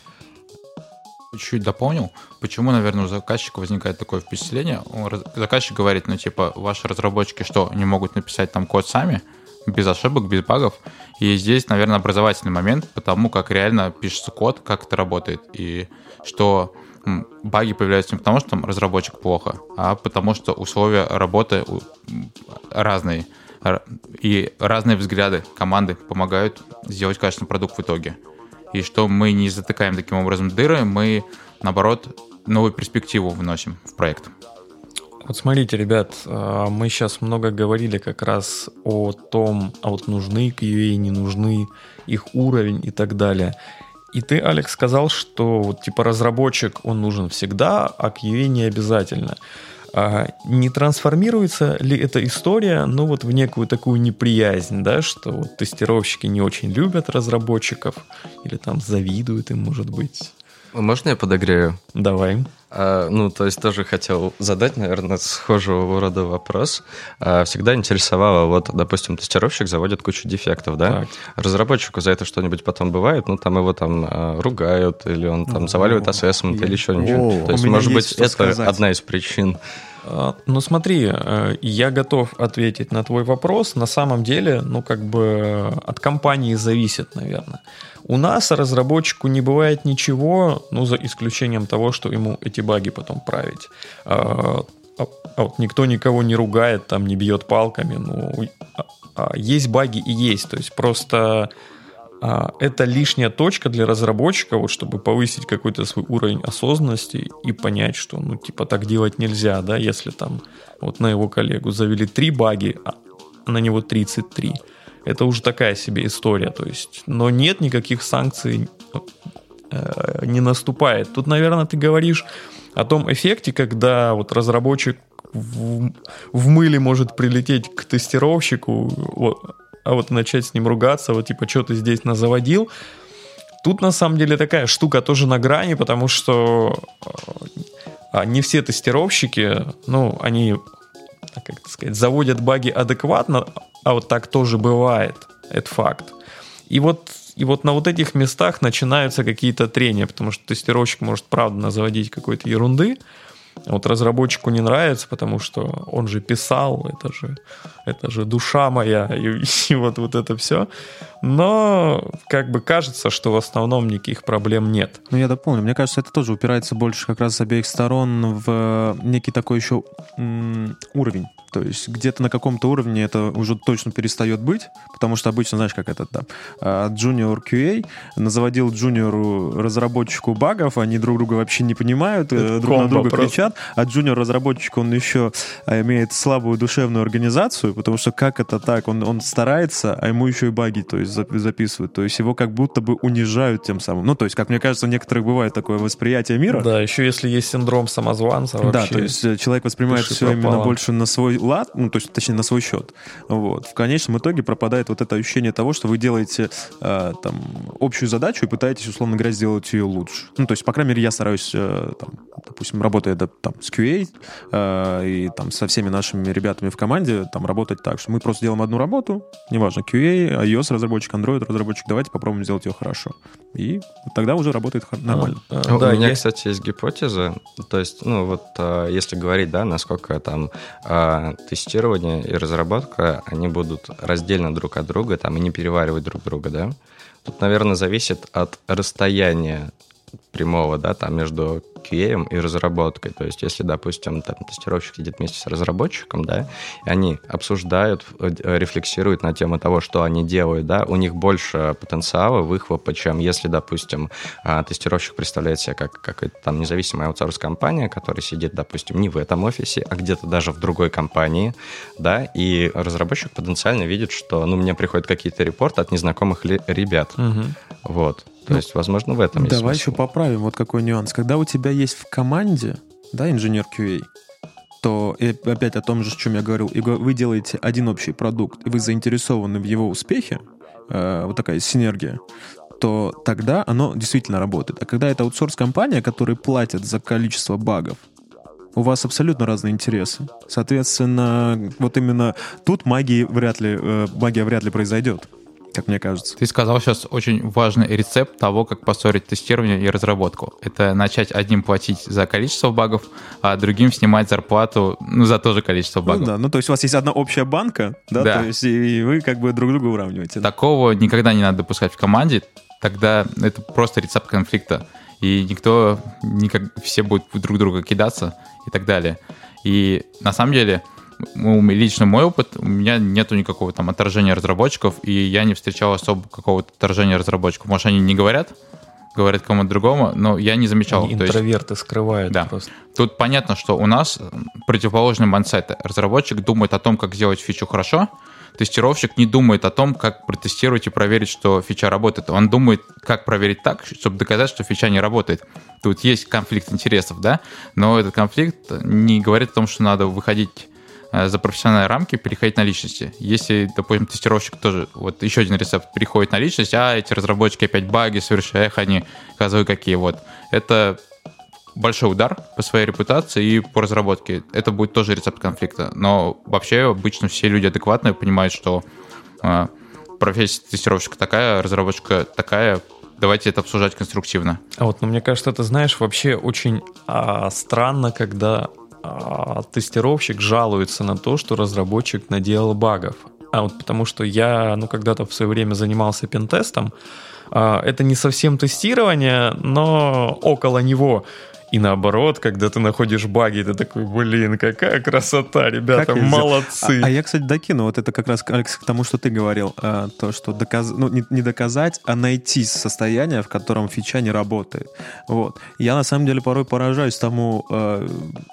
Чуть дополнил, почему, наверное, у заказчика возникает такое впечатление. Заказчик говорит, ну, типа, ваши разработчики что, не могут написать там код сами, без ошибок, без багов? И здесь, наверное, образовательный момент по тому, как реально пишется код, как это работает, и что баги появляются не потому, что там разработчик плохо, а потому что условия работы разные, и разные взгляды команды помогают сделать качественный продукт в итоге. И что мы не затыкаем таким образом дыры, мы, наоборот, новую перспективу вносим в проект. Вот смотрите, ребят, мы сейчас много говорили как раз о том, а вот нужны кью эй, не нужны, их уровень и так далее. И ты, Алекс, сказал, что вот типа разработчик, он нужен всегда, а кью эй не обязательно. А не трансформируется ли эта история, ну, вот в некую такую неприязнь, да, что вот тестировщики не очень любят разработчиков или там завидуют им, может быть? Можно я подогрею? Давай. А, ну, то есть тоже хотел задать, наверное, схожего рода вопрос. А, всегда интересовало, вот, допустим, тестировщик заводит кучу дефектов, да? Так. Разработчику за это что-нибудь потом бывает, ну, там его там а, ругают, или он там заваливает ассессмент, или еще ничего. То есть, может быть, это сказать. Одна из причин. Ну смотри, я готов ответить на твой вопрос. На самом деле, ну как бы от компании зависит, наверное. У нас разработчику не бывает ничего, ну за исключением того, что ему эти баги потом править. А, а, а вот никто никого не ругает, там не бьет палками. Ну, а, есть баги и есть. То есть просто а, это лишняя точка для разработчика, вот, чтобы повысить какой-то свой уровень осознанности и понять, что ну типа так делать нельзя, да, если там вот на его коллегу завели три баги, а на него тридцать три. Это уже такая себе история, то есть, но нет никаких санкций, э, не наступает. Тут, наверное, ты говоришь о том эффекте, когда вот разработчик в, в мыле может прилететь к тестировщику, вот, а вот начать с ним ругаться, вот типа, что ты здесь назаводил. Тут на самом деле такая штука тоже на грани, потому что э, не все тестировщики, ну, они, как это сказать, заводят баги адекватно, а вот так тоже бывает, это факт. И вот, и вот на вот этих местах начинаются какие-то трения, потому что тестировщик может, правда, заводить какой-то ерунды, Вот разработчику не нравится, потому что он же писал, это же, это же душа моя, и, и вот, вот это все. Но как бы кажется, что в основном никаких проблем нет. Ну, я дополню. Мне кажется, это тоже упирается больше как раз с обеих сторон в некий такой еще м- уровень. То есть где-то на каком-то уровне это уже точно перестает быть, потому что обычно, знаешь, как это там, junior кью эй заводил джуниору разработчику багов, они друг друга вообще не понимают, это друг на друга просто кричат, а джуниор разработчик, он еще имеет слабую душевную организацию, потому что как это так, он, он старается, а ему еще и баги, то есть записывают, то есть его как будто бы унижают тем самым. Ну, то есть, как мне кажется, у некоторых бывает такое восприятие мира. Да, еще если есть синдром самозванца вообще. Да, то есть человек воспринимает все пропало. Именно больше на свой лад, ну, то есть, точнее, на свой счет. Вот. В конечном итоге пропадает вот это ощущение того, что вы делаете э, там, общую задачу и пытаетесь, условно говоря, сделать ее лучше. Ну, то есть, по крайней мере, я стараюсь, э, там, допустим, работая да, там, с кью эй э, и там, со всеми нашими ребятами в команде, там, работать так, что мы просто делаем одну работу, неважно, кью эй, iOS-разработчик, Android-разработчик, давайте попробуем сделать ее хорошо. И тогда уже работает нормально. А, а, да, у меня, я... кстати, есть гипотеза. То есть, ну, вот, а, если говорить, да, насколько там а, тестирование и разработка, они будут раздельно друг от друга, там, и не переваривать друг друга, да. Тут, наверное, зависит от расстояния прямого, да, там, между кью эй и разработкой. То есть, если, допустим, там тестировщик сидит вместе с разработчиком, да, и они обсуждают, рефлексируют на тему того, что они делают, да, у них больше потенциала выхлопа, чем если, допустим, тестировщик представляет себя как какая-то там независимая аутсорс-компания, которая сидит, допустим, не в этом офисе, а где-то даже в другой компании, да, и разработчик потенциально видит, что, ну, мне приходят какие-то репорты от незнакомых ли- ребят. Угу. Вот. То ну, есть, возможно, в этом есть давай смысл. еще поправим вот какой нюанс. Когда у тебя есть в команде, да, инженер кью эй, то и опять о том же, о чем я говорил, и вы делаете один общий продукт, и вы заинтересованы в его успехе, э, вот такая синергия, то тогда оно действительно работает. А когда это аутсорс-компания, которая платит за количество багов, у вас абсолютно разные интересы. Соответственно, вот именно тут магии вряд ли, э, магия вряд ли произойдет, как мне кажется. Ты сказал сейчас очень важный рецепт того, как поссорить тестирование и разработку. Это начать одним платить за количество багов, а другим снимать зарплату, ну, за то же количество багов. Ну да, ну то есть у вас есть одна общая банка, да, да. То есть и вы как бы друг друга уравниваете. Такого никогда не надо допускать в команде, тогда это просто рецепт конфликта, и никто, никак, все будут друг друга кидаться и так далее. И на самом деле... Лично мой опыт, у меня нету никакого там отторжения разработчиков, и я не встречал особо какого-то отторжения разработчиков. Может, они не говорят, говорят кому-то другому, но я не замечал. Они интроверты скрывают да. просто. Тут понятно, что у нас противоположный майндсет. Разработчик думает о том, как сделать фичу хорошо, тестировщик не думает о том, как протестировать и проверить, что фича работает. Он думает, как проверить так, чтобы доказать, что фича не работает. Тут есть конфликт интересов, да, но этот конфликт не говорит о том, что надо выходить за профессиональные рамки, переходить на личности. Если, допустим, тестировщик тоже, вот еще один рецепт, переходит на личность, а эти разработчики опять баги совершают, эх, они, оказывают, какие вот. Это большой удар по своей репутации и по разработке. Это будет тоже рецепт конфликта. Но вообще обычно все люди адекватные понимают, что э, профессия тестировщика такая, разработчика такая, давайте это обсуждать конструктивно. А вот, ну, мне кажется, это, знаешь, вообще очень а, странно, когда а, тестировщик жалуется на то, что разработчик наделал багов. А вот потому что я, ну, когда-то в свое время занимался пентестом, а, это не совсем тестирование, но около него. И наоборот, когда ты находишь баги, ты такой, блин, какая красота, ребята, молодцы. А, а я, кстати, докину, вот это как раз, Алекс, к тому, что ты говорил, а, то, что доказ... ну, не, не доказать, а найти состояние, в котором фича не работает. Вот. Я, на самом деле, порой поражаюсь тому... А,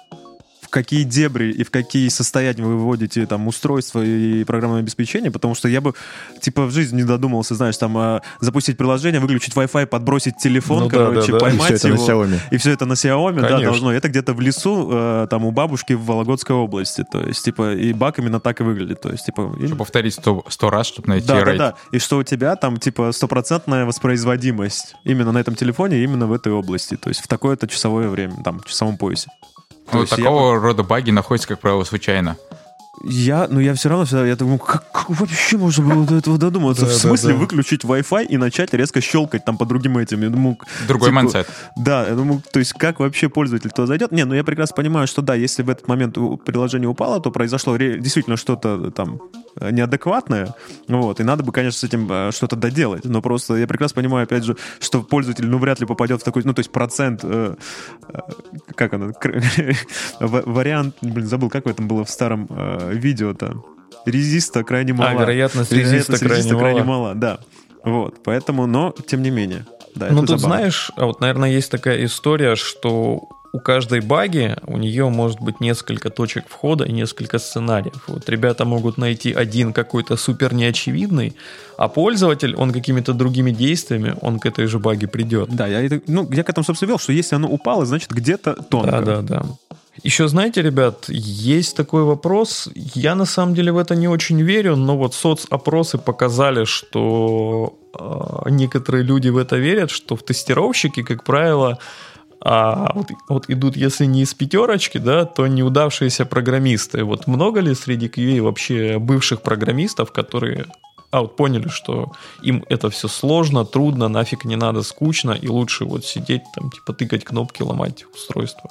в какие дебри и в какие состояния вы выводите там устройство и программное обеспечение, потому что я бы типа в жизни не додумался, знаешь, там запустить приложение, выключить Wi-Fi, подбросить телефон, ну, короче, да, да, поймать да. И его. И все это на Xiaomi, Конечно. да, должно. Это где-то в лесу, там у бабушки в Вологодской области, то есть типа и баг именно так и выглядит, то есть типа. Чтобы повторить сто, сто раз, чтобы найти да, рейд. Да, да, и что у тебя там типа стопроцентная воспроизводимость именно на этом телефоне, именно в этой области, то есть в такое-то часовое время, там в часовом поясе. Ну, такого я... рода баги находятся, как правило, случайно. Я, ну я все равно всегда, я думаю, как, как вообще можно было до этого додуматься? В смысле выключить Wi-Fi и начать резко щелкать там по другим этим? Я думаю, Другой типа, майндсет. Да, я думаю, то есть как вообще пользователь туда зайдет? Не, ну я прекрасно понимаю, что да, если в этот момент приложение упало, то произошло ре- действительно что-то там неадекватное, вот, и надо бы, конечно, с этим что-то доделать. Но просто я прекрасно понимаю, опять же, что пользователь, ну, вряд ли попадет в такой, ну, то есть процент, э, э, как оно, вариант, блин, забыл, как в этом было в старом э, видео-то. Резиста крайне мала. А, вероятность резиста, вероятность крайне, резиста крайне мала. мала, да. Вот, поэтому, но, тем не менее. Да, ну, это тут, забавно. знаешь, а вот, наверное, есть такая история, что у каждой баги у нее может быть несколько точек входа и несколько сценариев. Вот ребята могут найти один какой-то супер неочевидный, а пользователь, он какими-то другими действиями, он к этой же баге придет. Да, я, это- ну, я к этому, собственно, вел, что если оно упало, значит, где-то тонко. Да, да, да. Еще, знаете, ребят, есть такой вопрос. Я на самом деле в это не очень верю, но вот соцопросы показали, что э, некоторые люди в это верят, что в тестировщики, как правило, а вот, вот идут, если не из пятерочки, да, то неудавшиеся программисты. Вот много ли среди кью эй вообще бывших программистов, которые а вот поняли, что им это все сложно, трудно, нафиг не надо, скучно, и лучше вот сидеть там, типа тыкать кнопки, ломать устройство.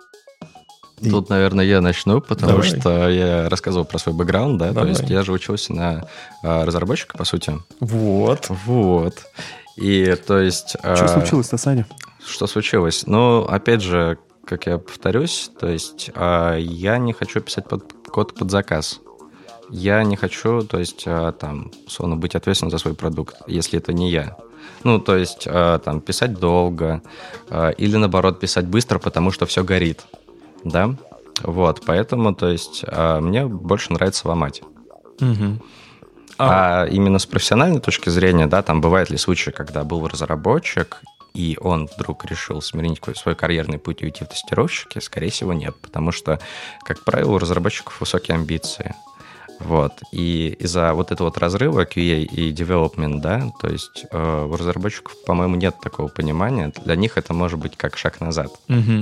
Тут, наверное, я начну, потому Давай. что я рассказывал про свой бэкграунд, да, Давай. то есть я же учился на а, разработчика, по сути. Вот. Вот. И то есть... Что а, случилось-то, Саня? Что случилось? Ну, опять же, как я повторюсь, то есть а, я не хочу писать под, код под заказ. Я не хочу, то есть, а, там, условно, быть ответственным за свой продукт, если это не я. Ну, то есть, а, там, писать долго а, или, наоборот, писать быстро, потому что все горит. Да? Вот, поэтому, то есть, а, мне больше нравится ломать. Угу. А именно с профессиональной точки зрения, да, там бывают ли случаи, когда был разработчик, и он вдруг решил сменить свой карьерный путь и уйти в тестировщики? Скорее всего, нет, потому что, как правило, у разработчиков высокие амбиции. Вот. И из-за вот этого вот разрыва кью эй и development, да, то есть э, у разработчиков, по-моему, нет такого понимания. Для них это может быть как шаг назад. Угу.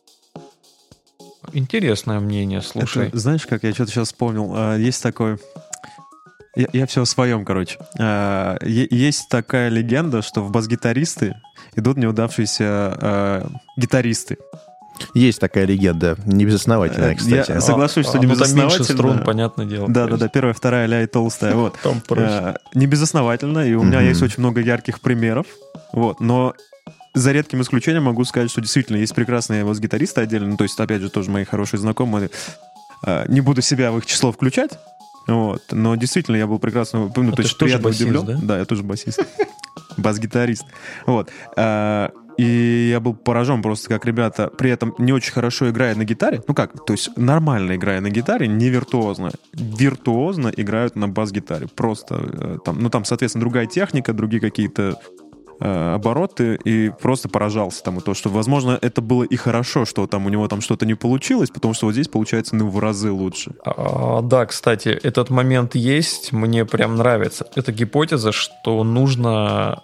Интересное мнение, слушай. Это, знаешь, как я что-то сейчас вспомнил? А, Есть такой... Я, я все о своем, короче. А, е- Есть такая легенда, что в бас-гитаристы идут неудавшиеся а, гитаристы. Есть такая легенда, небезосновательная, кстати. Я соглашусь, что А, ну, там небезосновательно. меньше струн, понятное дело. Да, да, да, первая, вторая, ля и толстая. Вот. Там проще. А, Небезосновательно, и у меня Мгм. есть очень много ярких примеров. Вот, но за редким исключением могу сказать, что действительно есть прекрасные бас-гитаристы отдельно. Ну, то есть, опять же, тоже мои хорошие знакомые. А, Не буду себя в их число включать. Вот. Но действительно, я был прекрасно, ну, А то ты есть ж тоже приятно басист, удивлен. да? Да, я тоже басист. Бас-гитарист. Вот. А, И я был поражен просто, как ребята при этом не очень хорошо играя на гитаре. Ну как, то есть нормально играя на гитаре, не виртуозно. Виртуозно играют на бас-гитаре. Просто э, там, ну там, соответственно, другая техника, другие какие-то э, обороты, и просто поражался тому, то, что, возможно, это было и хорошо, что там у него там что-то не получилось, потому что вот здесь получается, ну, в разы лучше. А, да, кстати, этот момент есть, мне прям нравится. Это гипотеза, что нужно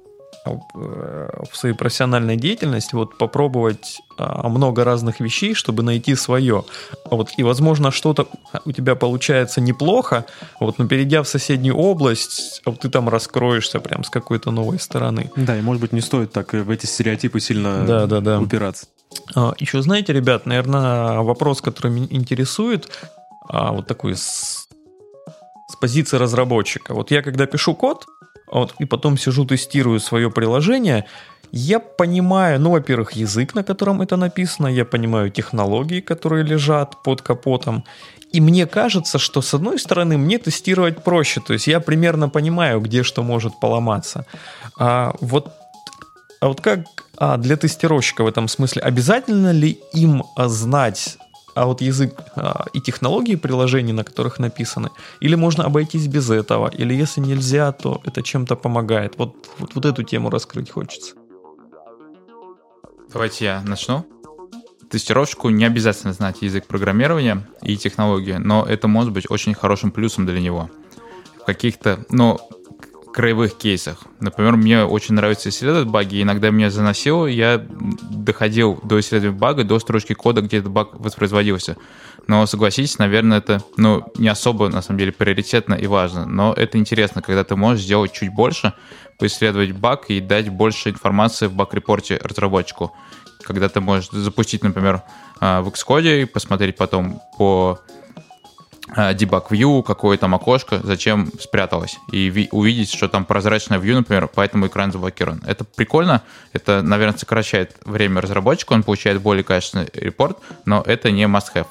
в своей профессиональной деятельности вот попробовать а, много разных вещей, чтобы найти свое. Вот, и, возможно, что-то у тебя получается неплохо, вот, но перейдя в соседнюю область, вот ты там раскроешься прям с какой-то новой стороны. Да, и, может быть, не стоит так в эти стереотипы сильно Да, да, да. упираться. А, еще, знаете, ребят, наверное, вопрос, который меня интересует, а, вот такой с, с позиции разработчика. Вот я, когда пишу код, вот, и потом сижу, тестирую свое приложение, я понимаю, ну, во-первых, язык, на котором это написано, я понимаю технологии, которые лежат под капотом, и мне кажется, что, с одной стороны, мне тестировать проще, то есть я примерно понимаю, где что может поломаться. А вот, а вот как а для тестировщика в этом смысле обязательно ли им а, знать а вот язык а, и технологии приложений, на которых написаны, или можно обойтись без этого, или если нельзя, то это чем-то помогает? Вот, вот, вот эту тему раскрыть хочется. Давайте я начну. Тестировщику не обязательно знать язык программирования и технологии, но это может быть очень хорошим плюсом для него. В каких-то, ну, краевых кейсах. Например, мне очень нравится исследовать баги. Иногда меня заносило, я доходил до исследования бага, до строчки кода, где этот баг воспроизводился. Но согласитесь, наверное, это ну, не особо, на самом деле, приоритетно и важно. Но это интересно, когда ты можешь сделать чуть больше, поисследовать баг и дать больше информации в баг-репорте разработчику. Когда ты можешь запустить, например, в Xcode и посмотреть потом по debug view, какое там окошко, зачем спряталось, и ви- увидеть, что там прозрачное view, например, поэтому экран заблокирован. Это прикольно, это, наверное, сокращает время разработчика, он получает более качественный репорт, но это не must-have.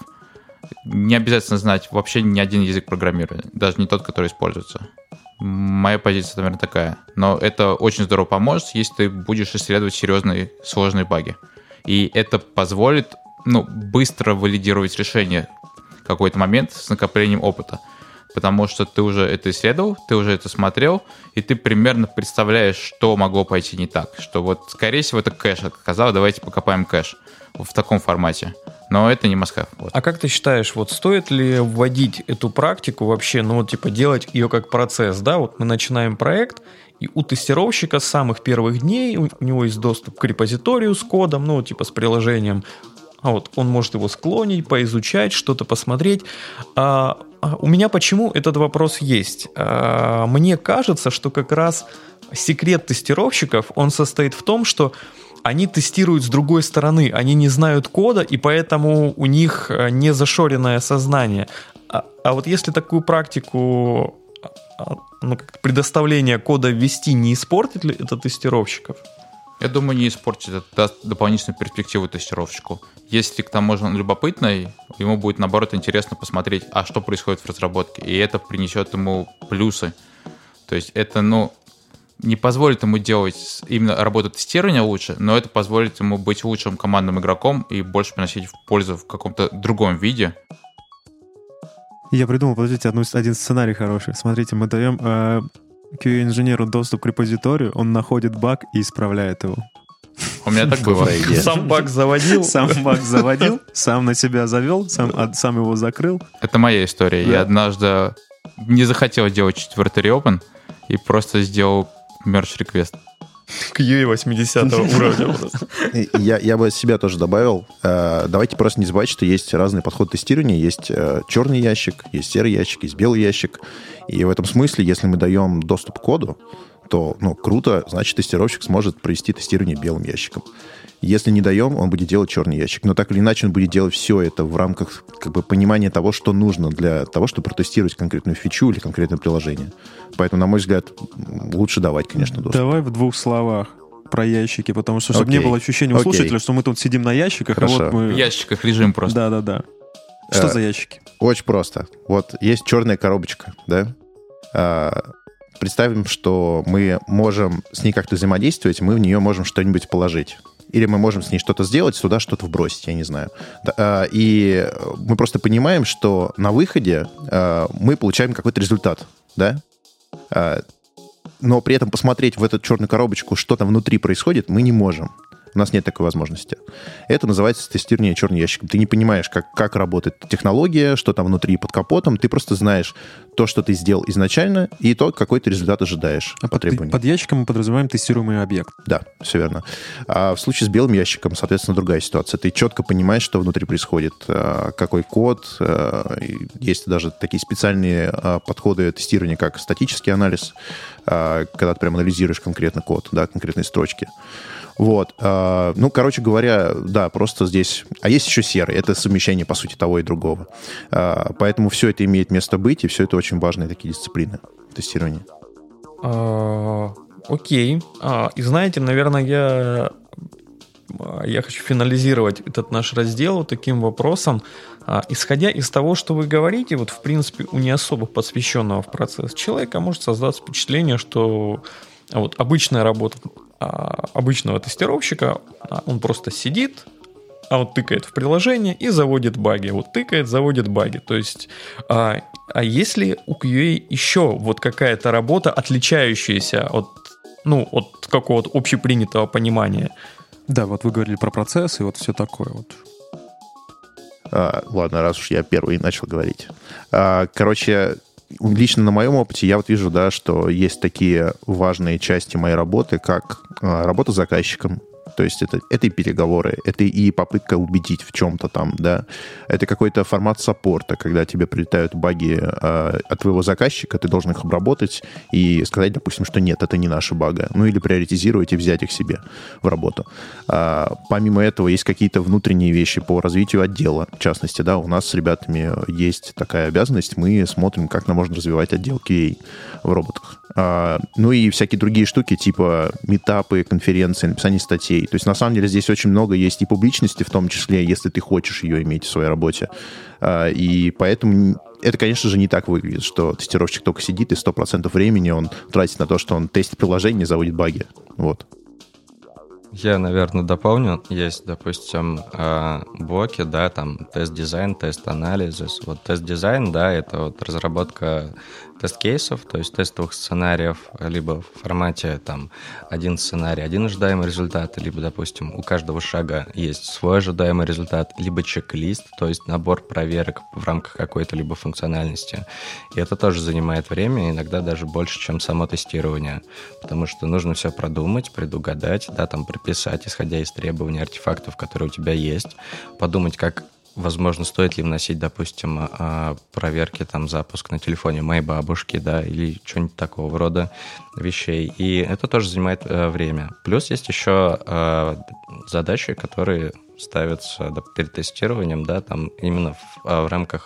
Не обязательно знать вообще ни один язык программирования, даже не тот, который используется. Моя позиция, наверное, такая. Но это очень здорово поможет, если ты будешь исследовать серьезные, сложные баги. И это позволит ну, быстро валидировать решение в какой-то момент с накоплением опыта. Потому что ты уже это исследовал, ты уже это смотрел, и ты примерно представляешь, что могло пойти не так. Что вот, скорее всего, это кэш оказалось, давайте покопаем кэш в таком формате. Но это не must-have. Вот. А как ты считаешь, вот стоит ли вводить эту практику вообще, ну вот типа делать ее как процесс, да? Вот мы начинаем проект, и у тестировщика с самых первых дней у него есть доступ к репозиторию с кодом, ну типа с приложением. А вот он может его склонить, поизучать, что-то посмотреть. А, а у меня почему этот вопрос есть? А, мне кажется, что как раз секрет тестировщиков, он состоит в том, что они тестируют с другой стороны, они не знают кода, и поэтому у них не зашоренное сознание. А, а вот если такую практику ну, предоставления кода ввести, не испортит ли это тестировщиков? Я думаю, не испортит, это даст дополнительную перспективу тестировщику. Если к тому же он любопытный, ему будет, наоборот, интересно посмотреть, а что происходит в разработке, и это принесет ему плюсы. То есть это, ну, не позволит ему делать именно работу тестирования лучше, но это позволит ему быть лучшим командным игроком и больше приносить пользу в каком-то другом виде. Я придумал, подождите, одну, один сценарий хороший. Смотрите, мы даем э, кью эй-инженеру доступ к репозиторию, он находит баг и исправляет его. У меня так было. Сам баг заводил. Сам баг заводил, сам на себя завел, сам, сам его закрыл. Это моя история. Да. Я однажды не захотел делать четвертый реопен и просто сделал merge request. кью эй восьмидесятого уровня просто. Я, я бы себя тоже добавил. Давайте просто не забывать, что есть разные подходы тестирования. Есть черный ящик, есть серый ящик, есть белый ящик. И в этом смысле, если мы даем доступ к коду, то ну, круто, значит, тестировщик сможет провести тестирование белым ящиком. Если не даем, он будет делать черный ящик. Но так или иначе он будет делать все это в рамках как бы, понимания того, что нужно для того, чтобы протестировать конкретную фичу или конкретное приложение. Поэтому, на мой взгляд, лучше давать, конечно, доступ. Давай в двух словах про ящики, потому что, чтобы Окей. не было ощущения у Окей. слушателя, что мы тут сидим на ящиках, Хорошо. а вот мы... В ящиках режим просто. Да-да-да. Что Э, за ящики? Очень просто. Вот есть черная коробочка, да? А, представим, что мы можем с ней как-то взаимодействовать, мы в нее можем что-нибудь положить. Или мы можем с ней что-то сделать, туда что-то вбросить, я не знаю. Да, а, и мы просто понимаем, что на выходе а, мы получаем какой-то результат, да? А, но при этом посмотреть в эту черную коробочку, что там внутри происходит, мы не можем. У нас нет такой возможности. Это называется тестирование черным ящиком. Ты не понимаешь, как, как работает технология, что там внутри под капотом. Ты просто знаешь то, что ты сделал изначально, и то, какой ты результат ожидаешь А по под, требованию. под ящиком мы подразумеваем тестируемый объект. Да, все верно. А в случае с белым ящиком, соответственно, другая ситуация. Ты четко понимаешь, что внутри происходит, а, какой код. А, и есть даже такие специальные а, подходы тестирования, как статический анализ, а, когда ты прям анализируешь конкретно код, да, конкретные строчки. Вот. а, Ну, короче говоря, да, просто здесь... А есть еще серый. Это совмещение, по сути, того и другого. А, Поэтому все это имеет место быть, и все это очень важные такие дисциплины тестирования. А, Окей. А, И знаете, наверное, я, я хочу финализировать этот наш раздел вот таким вопросом. А, Исходя из того, что вы говорите, вот в принципе у не особо посвященного в процесс человека может создаться впечатление, что вот обычная работа а, обычного тестировщика, а, он просто сидит, а вот тыкает в приложение и заводит баги. Вот тыкает, заводит баги. То есть, а, а если у кью эй еще вот какая-то работа, отличающаяся от, ну, от какого-то общепринятого понимания? Да, вот вы говорили про процессы и вот все такое вот. А, ладно, раз уж я первый начал говорить. А, короче, лично на моем опыте я вот вижу, да, что есть такие важные части моей работы, как а, работа с заказчиком. То есть это, это и переговоры, это и попытка убедить в чем-то там, да. Это какой-то формат саппорта, когда тебе прилетают баги э, от твоего заказчика, ты должен их обработать и сказать, допустим, что нет, это не наша бага. Ну или приоритизировать и взять их себе в работу. А, помимо этого есть какие-то внутренние вещи по развитию отдела. В частности, да, у нас с ребятами есть такая обязанность, мы смотрим, как нам можно развивать отдел кью эй в роботах. А, ну и всякие другие штуки, типа митапы, конференции, написание статей. То есть, на самом деле, здесь очень много есть и публичности, в том числе, если ты хочешь ее иметь в своей работе. И поэтому это, конечно же, не так выглядит, что тестировщик только сидит, и сто процентов времени он тратит на то, что он тестит приложение, заводит баги. Вот. Я, наверное, дополню. Есть, допустим, блоки, да, там тест-дизайн, тест-анализ. Вот тест-дизайн, да, это вот разработка тест-кейсов, то есть тестовых сценариев, либо в формате там один сценарий, один ожидаемый результат, либо, допустим, у каждого шага есть свой ожидаемый результат, либо чек-лист, то есть набор проверок в рамках какой-то либо функциональности. И это тоже занимает время, иногда даже больше, чем само тестирование, потому что нужно все продумать, предугадать, да, там прописать, исходя из требований артефактов, которые у тебя есть, подумать, как возможно, стоит ли вносить, допустим, проверки, там, запуск на телефоне моей бабушки, да, или что-нибудь такого рода вещей. И это тоже занимает время. Плюс есть еще задачи, которые ставятся перед тестированием, да, там именно в, в рамках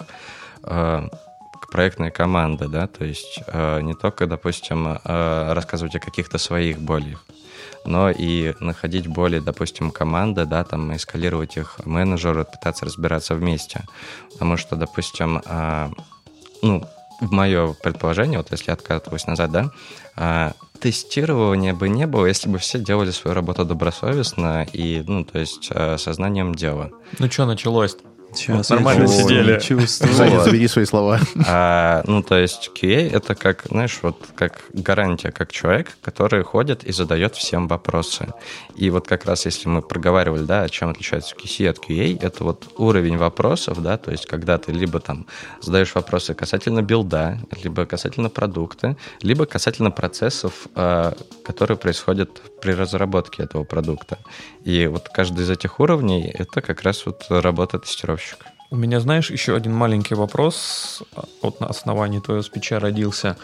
проектной команды, да, то есть не только, допустим, рассказывать о каких-то своих болях, но и находить более, допустим, команды, да, там, эскалировать их менеджеру, пытаться разбираться вместе. Потому что, допустим, э, ну, в мое предположение, вот если я откатываюсь назад, да, э, тестирования бы не было, если бы все делали свою работу добросовестно и, ну, то есть, э, сознанием дела. Ну, что началось-то? Сейчас вот нормально сидели. Саня, забери свои слова. А, ну, то есть кью эй — это как, знаешь, вот как гарантия, как человек, который ходит и задает всем вопросы. И вот как раз если мы проговаривали, да, чем отличается кью си от кью эй, это вот уровень вопросов, да, то есть когда ты либо там задаешь вопросы касательно билда, либо касательно продукта, либо касательно процессов, которые происходят при разработке этого продукта. И вот каждый из этих уровней — это как раз вот работа тестировщика. У меня, знаешь, еще один маленький вопрос вот на основании твоего спича родился.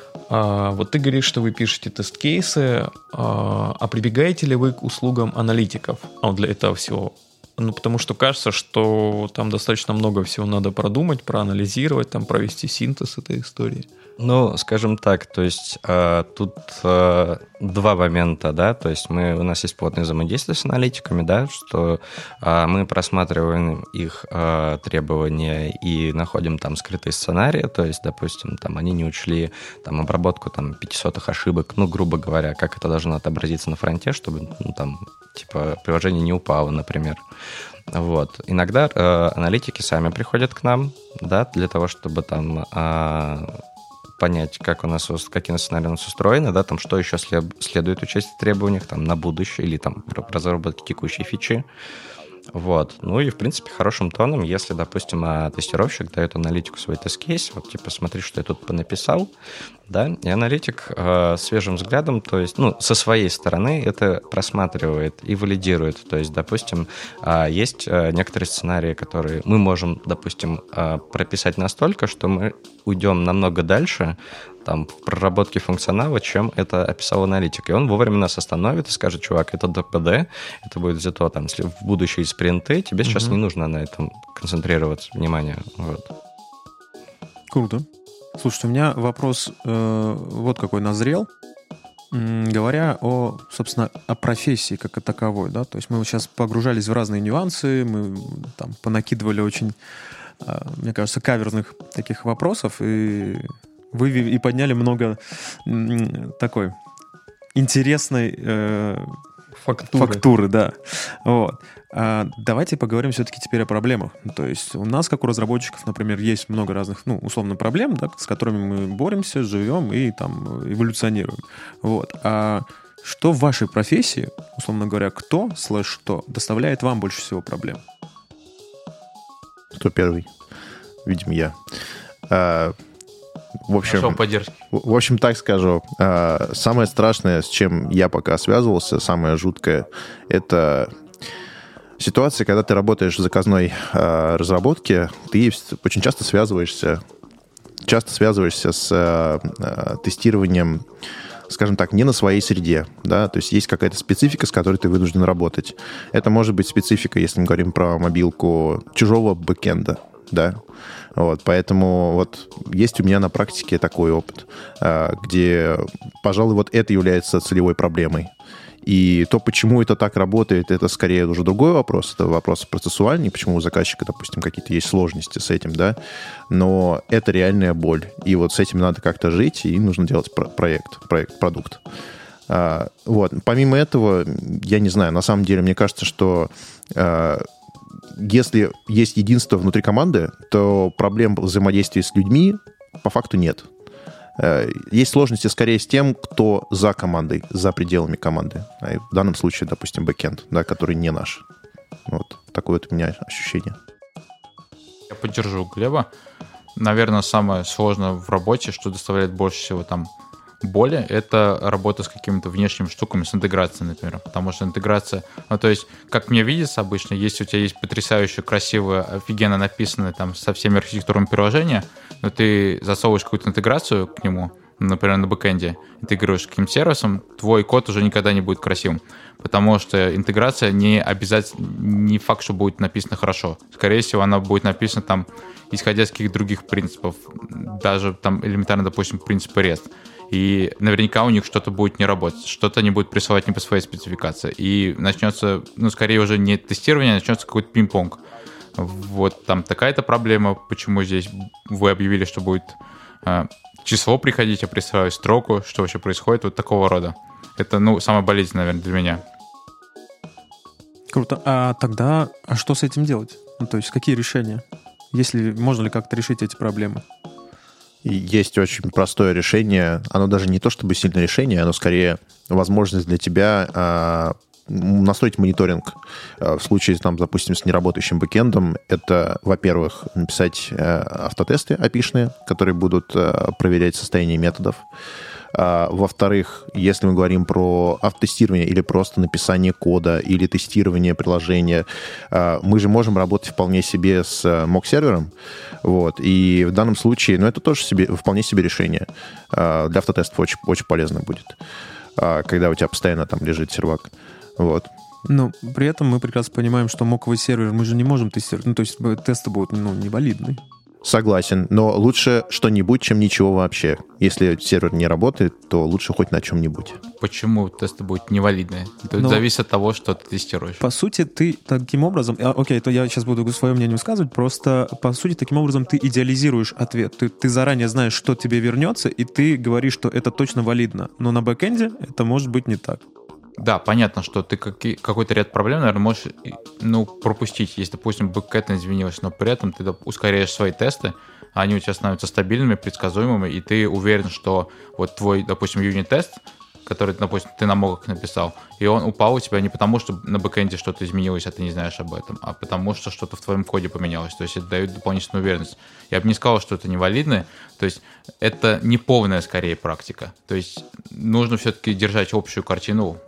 А, вот ты говоришь, что вы пишете тест-кейсы, а, а прибегаете ли вы к услугам аналитиков а, для этого всего? Ну, потому что кажется, что там достаточно много всего надо продумать, проанализировать, там провести синтез этой истории. Ну, скажем так, то есть э, тут э, два момента, да, то есть мы, у нас есть плотное взаимодействие с аналитиками, да, что э, мы просматриваем их э, требования и находим там скрытые сценарии, то есть, допустим, там они не учли там обработку там пятисотых ошибок, ну, грубо говоря, как это должно отобразиться на фронте, чтобы, ну, там, типа, приложение не упало, например. Вот. Иногда э, аналитики сами приходят к нам, да, для того, чтобы там э, понять, как у нас, какие сценарии у нас устроены, да, там, что еще след, следует учесть в требованиях там, на будущее или там про разработки текущей фичи. Вот. Ну и, в принципе, хорошим тоном, если, допустим, тестировщик дает аналитику свой тест-кейс, вот, типа, смотри, что я тут понаписал, да, и аналитик э, свежим взглядом, то есть, ну, со своей стороны это просматривает и валидирует. То есть, допустим, э, есть э, некоторые сценарии, которые мы можем, допустим, э, прописать настолько, что мы уйдем намного дальше, там, в проработке функционала, чем это описал аналитик. И он вовремя нас остановит и скажет: чувак, это ди пи ди, это будет взято там в будущие спринты, тебе mm-hmm. сейчас не нужно на этом концентрировать внимание. Вот. Круто. Слушайте, у меня вопрос э, вот какой назрел. М, говоря о, собственно, о профессии как о таковой, да, то есть мы вот сейчас погружались в разные нюансы, мы там понакидывали очень, э, мне кажется, каверзных таких вопросов, и вывели и подняли много м, такой интересной э, фактуры. фактуры, да. Вот. А давайте поговорим все-таки теперь о проблемах. То есть у нас, как у разработчиков, например, есть много разных, ну, условно, проблем, да, с которыми мы боремся, живем и там эволюционируем. Вот. А что в вашей профессии, условно говоря, кто слэш что доставляет вам больше всего проблем? Кто первый? Видимо, я. А, В общем, поддержки. В, в общем, так скажу. Э, самое страшное, с чем я пока связывался, самое жуткое, это ситуация, когда ты работаешь в заказной э, разработке, ты очень часто связываешься, часто связываешься с э, тестированием, скажем так, не на своей среде, да, то есть есть какая-то специфика, с которой ты вынужден работать. Это может быть специфика, если мы говорим про мобилку, чужого бэкэнда, да, вот, поэтому вот есть у меня на практике такой опыт, где, пожалуй, вот это является целевой проблемой. И то, почему это так работает, это скорее уже другой вопрос. Это вопрос процессуальный, почему у заказчика, допустим, какие-то есть сложности с этим, да. Но это реальная боль. И вот с этим надо как-то жить, и нужно делать про- проект, проект, продукт. А, вот. Помимо этого, я не знаю, на самом деле, мне кажется, что а, если есть единство внутри команды, то проблем взаимодействия с людьми по факту нет. Есть сложности скорее с тем, кто за командой, за пределами команды. В данном случае, допустим, бэкэнд, да, который не наш. Вот такое вот у меня ощущение. Я поддержу Глеба. Наверное, самое сложное в работе, что доставляет больше всего там боли, это работа с какими-то внешними штуками, с интеграцией, например. Потому что интеграция... Ну, то есть, как мне видится обычно, если у тебя есть потрясающе красивое, офигенно написанное там со всеми архитектурами приложения, но ты засовываешь какую-то интеграцию к нему, например, на бэкэнде, интегрируешь с каким-то сервисом, твой код уже никогда не будет красивым. Потому что интеграция не обязательно, не факт, что будет написана хорошо. Скорее всего, она будет написана там, исходя из каких-то других принципов, даже там элементарно, допустим, принципы REST. И наверняка у них что-то будет не работать, что-то они будут присылать не по своей спецификации. И начнется, ну, скорее уже не тестирование, а начнется какой-то пинг-понг. Вот там такая-то проблема, почему здесь вы объявили, что будет э, число приходить, а присылаю строку, что вообще происходит, вот такого рода. Это, ну, самое болезненное, наверное, для меня. Круто. А тогда а что с этим делать? Ну, то есть какие решения? Если можно ли как-то решить эти проблемы? Есть очень простое решение. Оно даже не то чтобы сильное решение, оно скорее возможность для тебя а, настроить мониторинг. В случае, там, допустим, с неработающим бэкэндом, это, во-первых, написать а, автотесты эй пи ай-шные, которые будут а, проверять состояние методов. А, во-вторых, если мы говорим про автотестирование или просто написание кода, или тестирование приложения, а, мы же можем работать вполне себе с мок-сервером. Вот. И в данном случае, ну, это тоже себе, вполне себе решение. А, для автотестов очень, очень полезно будет, а, когда у тебя постоянно там лежит сервак. Вот. Но при этом мы прекрасно понимаем, что моковый сервер мы же не можем тестировать. Ну, то есть тесты будут, ну, невалидны. Согласен, но лучше что-нибудь, чем ничего вообще. Если сервер не работает, то лучше хоть на чем-нибудь. Почему тесты будут невалидные? Это но зависит от того, что ты тестируешь. По сути, ты таким образом... А, окей, то я сейчас буду свое мнение высказывать. Просто, по сути, таким образом ты идеализируешь ответ. Ты, ты заранее знаешь, что тебе вернется, и ты говоришь, что это точно валидно. Но на бэкэнде это может быть не так. Да, понятно, что ты какие, какой-то ряд проблем, наверное, можешь, ну, пропустить. Если, допустим, бэкэнд изменилось, но при этом ты ускоряешь свои тесты, они у тебя становятся стабильными, предсказуемыми, и ты уверен, что вот твой, допустим, юнит-тест, который, допустим, ты на моках написал, и он упал у тебя не потому, что на бэкэнде что-то изменилось, а ты не знаешь об этом, а потому что что-то в твоем коде поменялось. То есть это дает дополнительную уверенность. Я бы не сказал, что это невалидно. То есть это не полная, скорее, практика. То есть нужно все-таки держать общую картину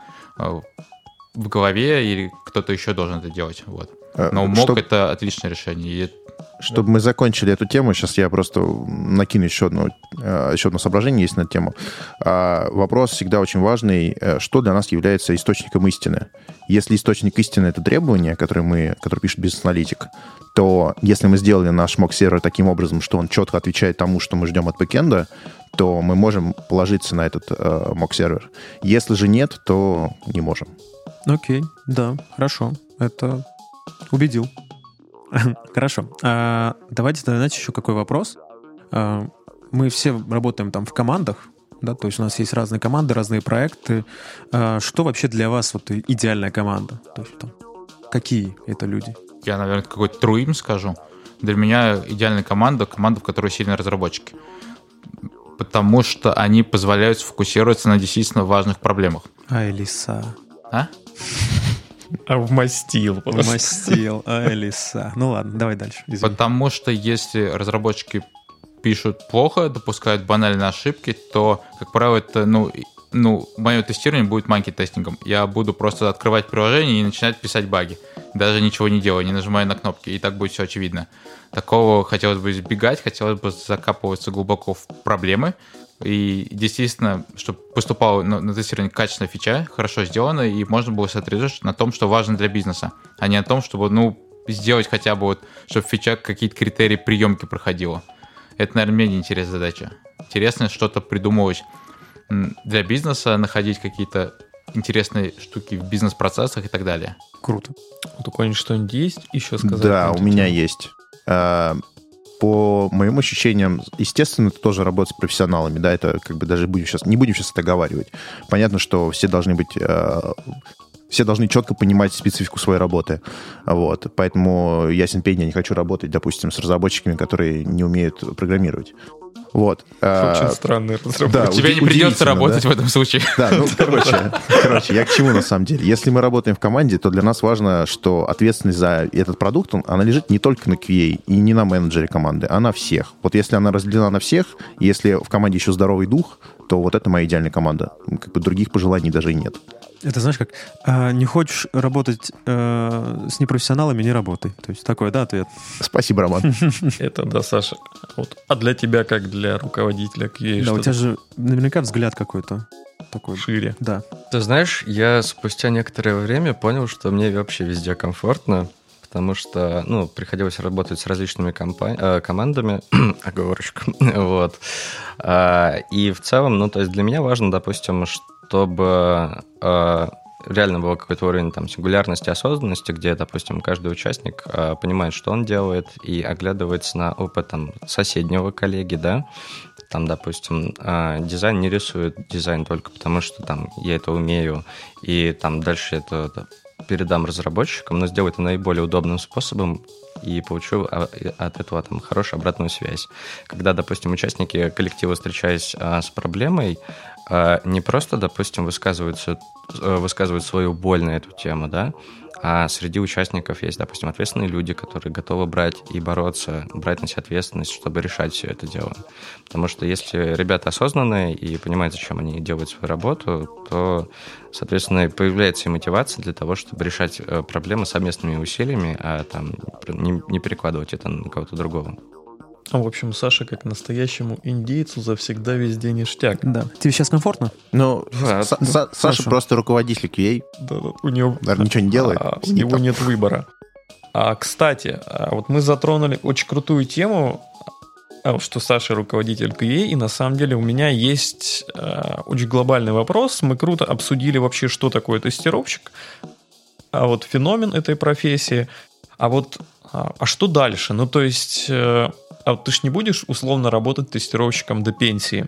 в голове, или кто-то еще должен это делать. Вот. Но мок Чтоб... — это отличное решение. И... Чтобы мы закончили эту тему, сейчас я просто накину еще одно, еще одно соображение есть на эту тему. Вопрос всегда очень важный, что для нас является источником истины. Если источник истины — это требование, которое, мы, которое пишет бизнес-аналитик, то если мы сделали наш мок-сервер таким образом, что он четко отвечает тому, что мы ждем от бэкэнда, то мы можем положиться на этот э, мок-сервер. Если же нет, то не можем. Окей, да, хорошо. Это убедил. Хорошо. А, давайте задать еще какой вопрос. А, мы все работаем там в командах, да, то есть у нас есть разные команды, разные проекты. А, что вообще для вас вот идеальная команда? То есть там, какие это люди? Я, наверное, какой-то труим скажу. Для меня идеальная команда — команда, в которой сильные разработчики. Потому что они позволяют сфокусироваться на действительно важных проблемах. Ай, лиса. А? А вмастил. Вмастил, ай, лиса. Ну ладно, давай дальше. Извини. Потому что если разработчики пишут плохо, допускают банальные ошибки, то, как правило, это, ну, ну, мое тестирование будет манки-тестингом. Я буду просто открывать приложение и начинать писать баги. Даже ничего не делаю, не нажимаю на кнопки, и так будет все очевидно. Такого хотелось бы избегать, хотелось бы закапываться глубоко в проблемы. И действительно, чтобы поступала на, на тестирование качественная фича, хорошо сделана, и можно было сосредоточиться на том, что важно для бизнеса, а не на том, чтобы, ну, сделать хотя бы вот, чтобы фича какие-то критерии приемки проходила. Это, наверное, менее интересная задача. Интересно что-то придумывать для бизнеса, находить какие-то интересные штуки в бизнес-процессах и так далее. Круто. Вот у кого-нибудь что-нибудь есть еще сказать? Да, у меня есть. По моим ощущениям, естественно, это тоже работа с профессионалами, да, это как бы даже будем сейчас, не будем сейчас это оговаривать. Понятно, что все должны быть, все должны четко понимать специфику своей работы, вот, поэтому ясен пень, я не хочу работать, допустим, с разработчиками, которые не умеют программировать. Вот. Очень странный разработчик. Да, Тебе не придется работать, да? В этом случае. Да, ну, короче, короче, я к чему на самом деле. Если мы работаем в команде, то для нас важно, что ответственность за этот продукт, она лежит не только на кью эй и не на менеджере команды, а на всех. Вот если она разделена на всех, если в команде еще здоровый дух, то вот это моя идеальная команда. Как бы других пожеланий даже и нет. Это, знаешь, как а, не хочешь работать а, с непрофессионалами, не работай. То есть такой, да, ответ. Спасибо, Роман. Это да, Саша. Вот. А для тебя, как для руководителя кью эй, Да, что у тебя же наверняка взгляд какой-то такой. Шире. Да. Ты знаешь, я спустя некоторое время понял, что мне вообще везде комфортно, потому что, ну, приходилось работать с различными компа- э, командами, оговорочка, вот. А, и в целом, ну, то есть для меня важно, допустим, чтобы э, реально был какой-то уровень там сингулярности, осознанности, где, допустим, каждый участник э, понимает, что он делает, и оглядывается на опыт там соседнего коллеги, да, там, допустим, э, дизайн не рисует дизайн только потому, что там я это умею, и там дальше это, это передам разработчикам, но сделаю это наиболее удобным способом и получу от этого там хорошую обратную связь. Когда, допустим, участники коллектива, встречаясь а, с проблемой, а, не просто, допустим, высказываются, высказывают свою боль на эту тему, да, а среди участников есть, допустим, ответственные люди, которые готовы брать и бороться, брать на себя ответственность, чтобы решать все это дело. Потому что если ребята осознанные и понимают, зачем они делают свою работу, то, соответственно, появляется и мотивация для того, чтобы решать проблемы совместными усилиями, а там не, не перекладывать это на кого-то другого. А, в общем, Саша, как настоящему индейцу, завсегда везде ништяк. Да. Тебе сейчас комфортно? Ну, Да, С- да, Са- Саша хорошо. просто руководитель кью эй, Да, да, у него, наверное, ничего не делает. а, у сидит него там. нет выбора. А, кстати, а, вот мы затронули очень крутую тему, а, что Саша руководитель кью эй, и на самом деле у меня есть а, очень глобальный вопрос. Мы круто обсудили вообще, что такое тестировщик, а вот феномен этой профессии. А вот, а, а что дальше? Ну, то есть, э, а вот ты ж не будешь условно работать тестировщиком до пенсии.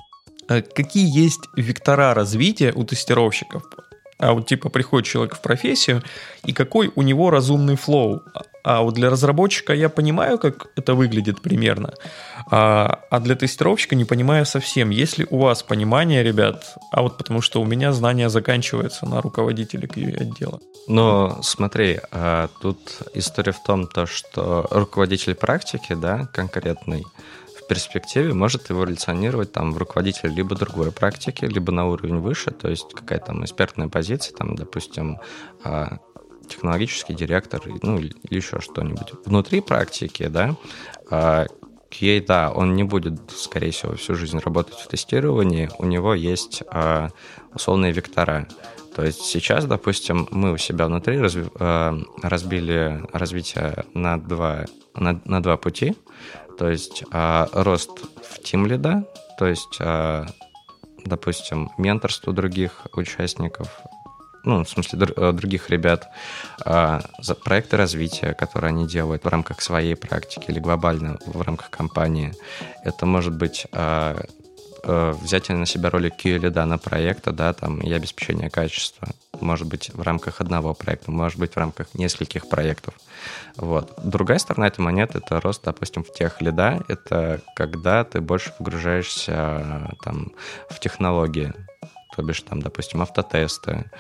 А какие есть вектора развития у тестировщиков? А вот типа приходит человек в профессию, и какой у него разумный флоу? А вот для разработчика я понимаю, как это выглядит примерно, а, а для тестировщика не понимаю совсем. Есть ли у вас понимание, ребят? А вот потому что у меня знания заканчиваются на руководителе кью эй отдела. Но смотри, а, тут история в том, то, что руководитель практики, да, конкретный, в перспективе может эволюционировать там в руководителя либо другой практики, либо на уровень выше, то есть какая-то там экспертная позиция, там, допустим, а, технологический директор, ну, или еще что-нибудь. Внутри практики, да, а, кью эй, да, он не будет, скорее всего, всю жизнь работать в тестировании, у него есть а, условные вектора. То есть сейчас, допустим, мы у себя внутри разви, э, разбили развитие на два, на, на два пути. То есть э, рост в тимлида, то есть, э, допустим, менторство других участников, ну, в смысле, др- других ребят, э, за проекты развития, которые они делают в рамках своей практики или глобально в рамках компании. Это может быть... Э, взять на себя роли кью эй-лида на проекта, да, там, и обеспечение качества. Может быть, в рамках одного проекта, может быть, в рамках нескольких проектов. Вот. Другая сторона этой монеты — это рост, допустим, в тех-лида. Это когда ты больше погружаешься там, в технологии. То бишь, там, допустим, автотесты,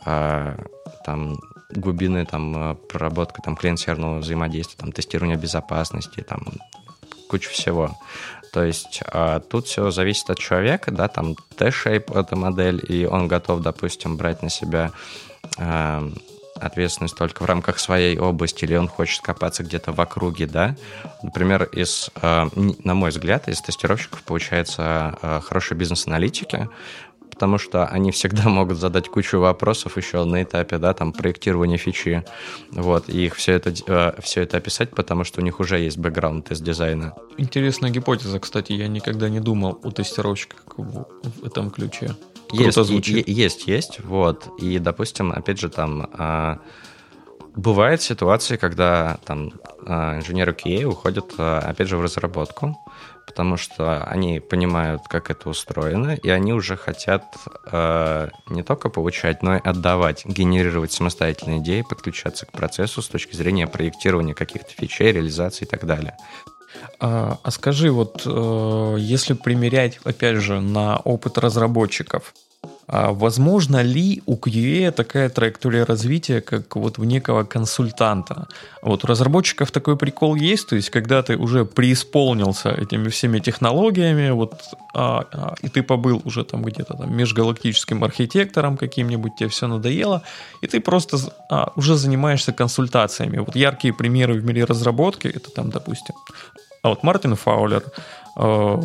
там, глубинная там, проработка там, клиент-серверного взаимодействия, там, тестирование безопасности, там, куча всего. То есть а, тут все зависит от человека, да, там T-shape — это модель, и он готов, допустим, брать на себя а, ответственность только в рамках своей области, или он хочет копаться где-то в округе, да. Например, из, а, на мой взгляд, из тестировщиков получается а, хорошие бизнес-аналитики, потому что они всегда могут задать кучу вопросов еще на этапе, да, там, проектирования фичи, вот, и их все это, э, все это описать, потому что у них уже есть бэкграунд из дизайна. Интересная гипотеза, кстати, я никогда не думал о тестировщиках в, в этом ключе. Есть, Круто звучит. И, есть, есть, вот, и, допустим, опять же, там, э, бывают ситуации, когда, там, э, инженеры кью эй уходят, э, опять же, в разработку, потому что они понимают, как это устроено, и они уже хотят э, не только получать, но и отдавать, генерировать самостоятельные идеи, подключаться к процессу с точки зрения проектирования каких-то фичей, реализации и так далее. А, а скажи, вот э, если примерять, опять же, на опыт разработчиков, а возможно ли у кью эй такая траектория развития, как вот у некого консультанта? Вот у разработчиков такой прикол есть, то есть когда ты уже преисполнился этими всеми технологиями, вот, а, а, и ты побыл уже там где-то там межгалактическим архитектором каким-нибудь, тебе все надоело, и ты просто а, уже занимаешься консультациями. Вот яркие примеры в мире разработки, это там, допустим, а вот Мартин Фаулер, а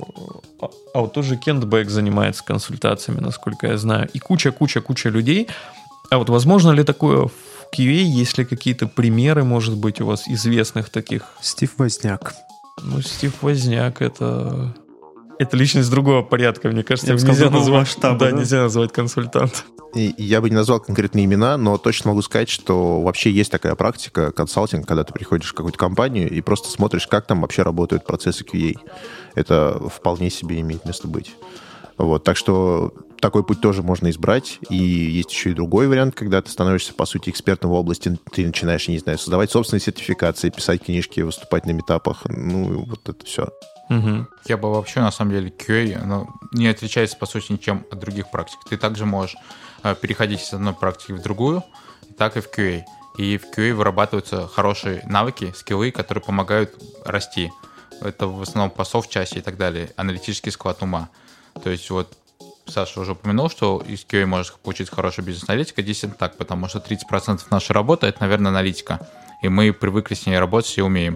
вот тоже Кент Бек занимается консультациями, насколько я знаю, и куча-куча-куча людей. А вот возможно ли такое в кью эй, есть ли какие-то примеры, может быть, у вас известных таких? Стив Возняк. Ну, Стив Возняк — это... Это личность другого порядка, мне кажется, Я бы нельзя, сказал, назвать, масштаба, да, да? нельзя назвать консультантом. И я бы не назвал конкретные имена, но точно могу сказать, что вообще есть такая практика, консалтинг, когда ты приходишь в какую-то компанию и просто смотришь, как там вообще работают процессы кью эй. Это вполне себе имеет место быть. Вот, так что такой путь тоже можно избрать. И есть еще и другой вариант, когда ты становишься, по сути, экспертом в области, ты начинаешь, не знаю, создавать собственные сертификации, писать книжки, выступать на митапах. Ну, вот это все. Угу. Я бы вообще, на самом деле, кью эй ну, не отличается, по сути, ничем от других практик. Ты также можешь э, переходить из одной практики в другую, так и в кью эй. И в кью эй вырабатываются хорошие навыки, скиллы, которые помогают расти. Это в основном по софт-части и так далее, аналитический склад ума. То есть вот Саша уже упомянул, что из кью эй может получиться хорошая бизнес-аналитика. Действительно так, потому что тридцать процентов нашей работы — это, наверное, аналитика. И мы привыкли с ней работать и умеем.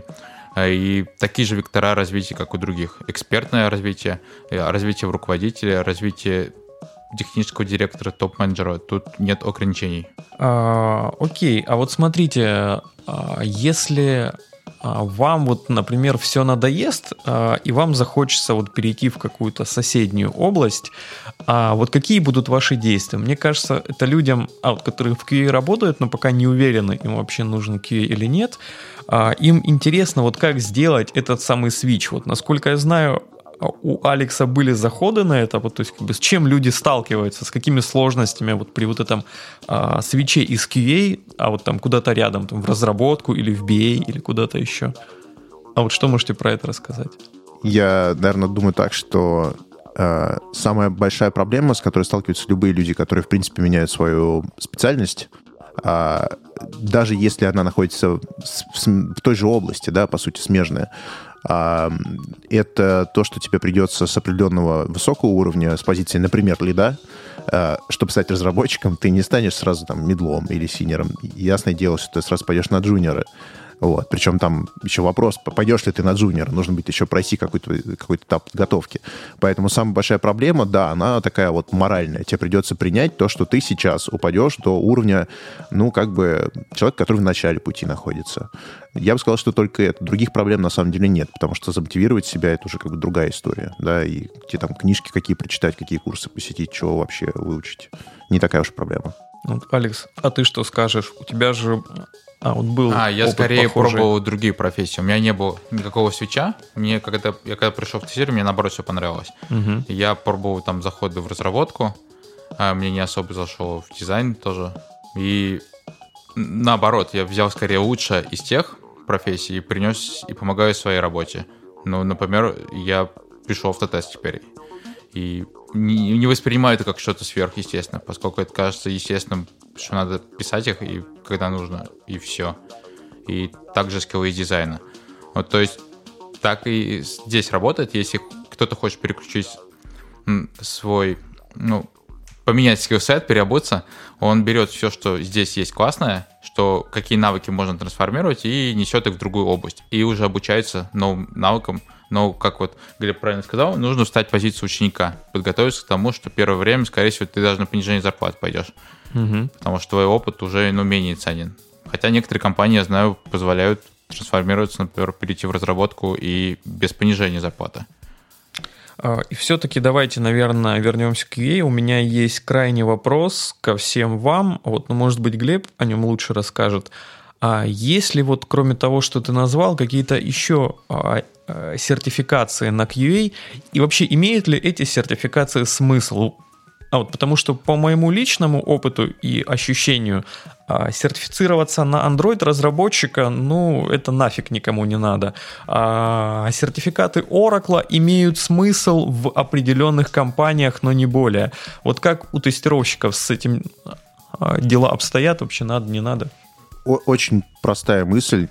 И такие же вектора развития, как у других. Экспертное развитие, развитие в руководителе, развитие технического директора, топ-менеджера. Тут нет ограничений. А, окей, а вот смотрите, а, если а, вам вот, например, все надоест, а, и вам захочется вот перейти в какую-то соседнюю область, а, вот какие будут ваши действия? Мне кажется, это людям, а, вот, которые в кью эй работают, но пока не уверены, им вообще нужен кью эй или нет, а, им интересно, вот как сделать этот самый свич. Вот, насколько я знаю, у Алекса были заходы на это, вот, то есть как бы с чем люди сталкиваются, с какими сложностями вот при вот этом а, свиче из кью эй, а вот там куда-то рядом, там, в разработку или в би эй или куда-то еще. А вот что можете про это рассказать? Я, наверное, думаю так, что э, самая большая проблема, с которой сталкиваются любые люди, которые, в принципе, меняют свою специальность, э, даже если она находится в, в, в той же области, да, по сути, смежная, это то, что тебе придется с определенного высокого уровня, с позиции, например, лида, чтобы стать разработчиком, ты не станешь сразу там мидлом или синером. Ясное дело, что ты сразу пойдешь на джуниора. Вот. Причем там еще вопрос, пойдешь ли ты на джуниора, нужно будет еще пройти какой-то, какой-то этап подготовки. Поэтому самая большая проблема, да, она такая вот моральная. Тебе придется принять то, что ты сейчас упадешь до уровня, ну, как бы, человека, который в начале пути находится. Я бы сказал, что только это. Других проблем на самом деле нет, потому что замотивировать себя — это уже как бы другая история, да, и где там книжки какие прочитать, какие курсы посетить, чего вообще выучить. Не такая уж проблема. Вот, Алекс, а ты что скажешь? У тебя же... А, вот был А, я опыт скорее похожий. пробовал другие профессии. У меня не было никакого свитча. Мне когда я когда пришел в тестирование, мне наоборот все понравилось. Угу. Я пробовал там заходы в разработку. А мне не особо зашел в дизайн тоже. И наоборот, я взял скорее лучшее из тех профессий и принес и помогаю в своей работе. Ну, например, я пишу автотест теперь. И не, не воспринимаю это как что-то сверхъестественное, поскольку это кажется естественным, что надо писать их, и когда нужно, и все. И также скиллы из дизайна. Вот, то есть так и здесь работает. Если кто-то хочет переключить свой, ну, поменять скиллсет, переобуться, он берет все, что здесь есть классное, что какие навыки можно трансформировать, и несет их в другую область. И уже обучается новым навыкам. Но, как вот Глеб правильно сказал, нужно встать в позицию ученика, подготовиться к тому, что первое время, скорее всего, ты даже на понижение зарплат пойдешь. Угу. Потому что твой опыт уже, ну, менее ценен. Хотя некоторые компании, я знаю, позволяют трансформироваться, например, перейти в разработку и без понижения зарплаты. И все-таки давайте, наверное, вернемся к ю эй. У меня есть крайний вопрос ко всем вам. Вот, ну, может быть, Глеб о нем лучше расскажет. А есть ли вот, кроме того, что ты назвал, какие-то еще а, а, сертификации на кью эй? И вообще, имеют ли эти сертификации смысл? А вот потому что по моему личному опыту и ощущению, а, сертифицироваться на Android-разработчика, ну, это нафиг никому не надо. А сертификаты Oracle имеют смысл в определенных компаниях, но не более. Вот как у тестировщиков с этим а, дела обстоят, вообще надо, не надо? Очень простая мысль.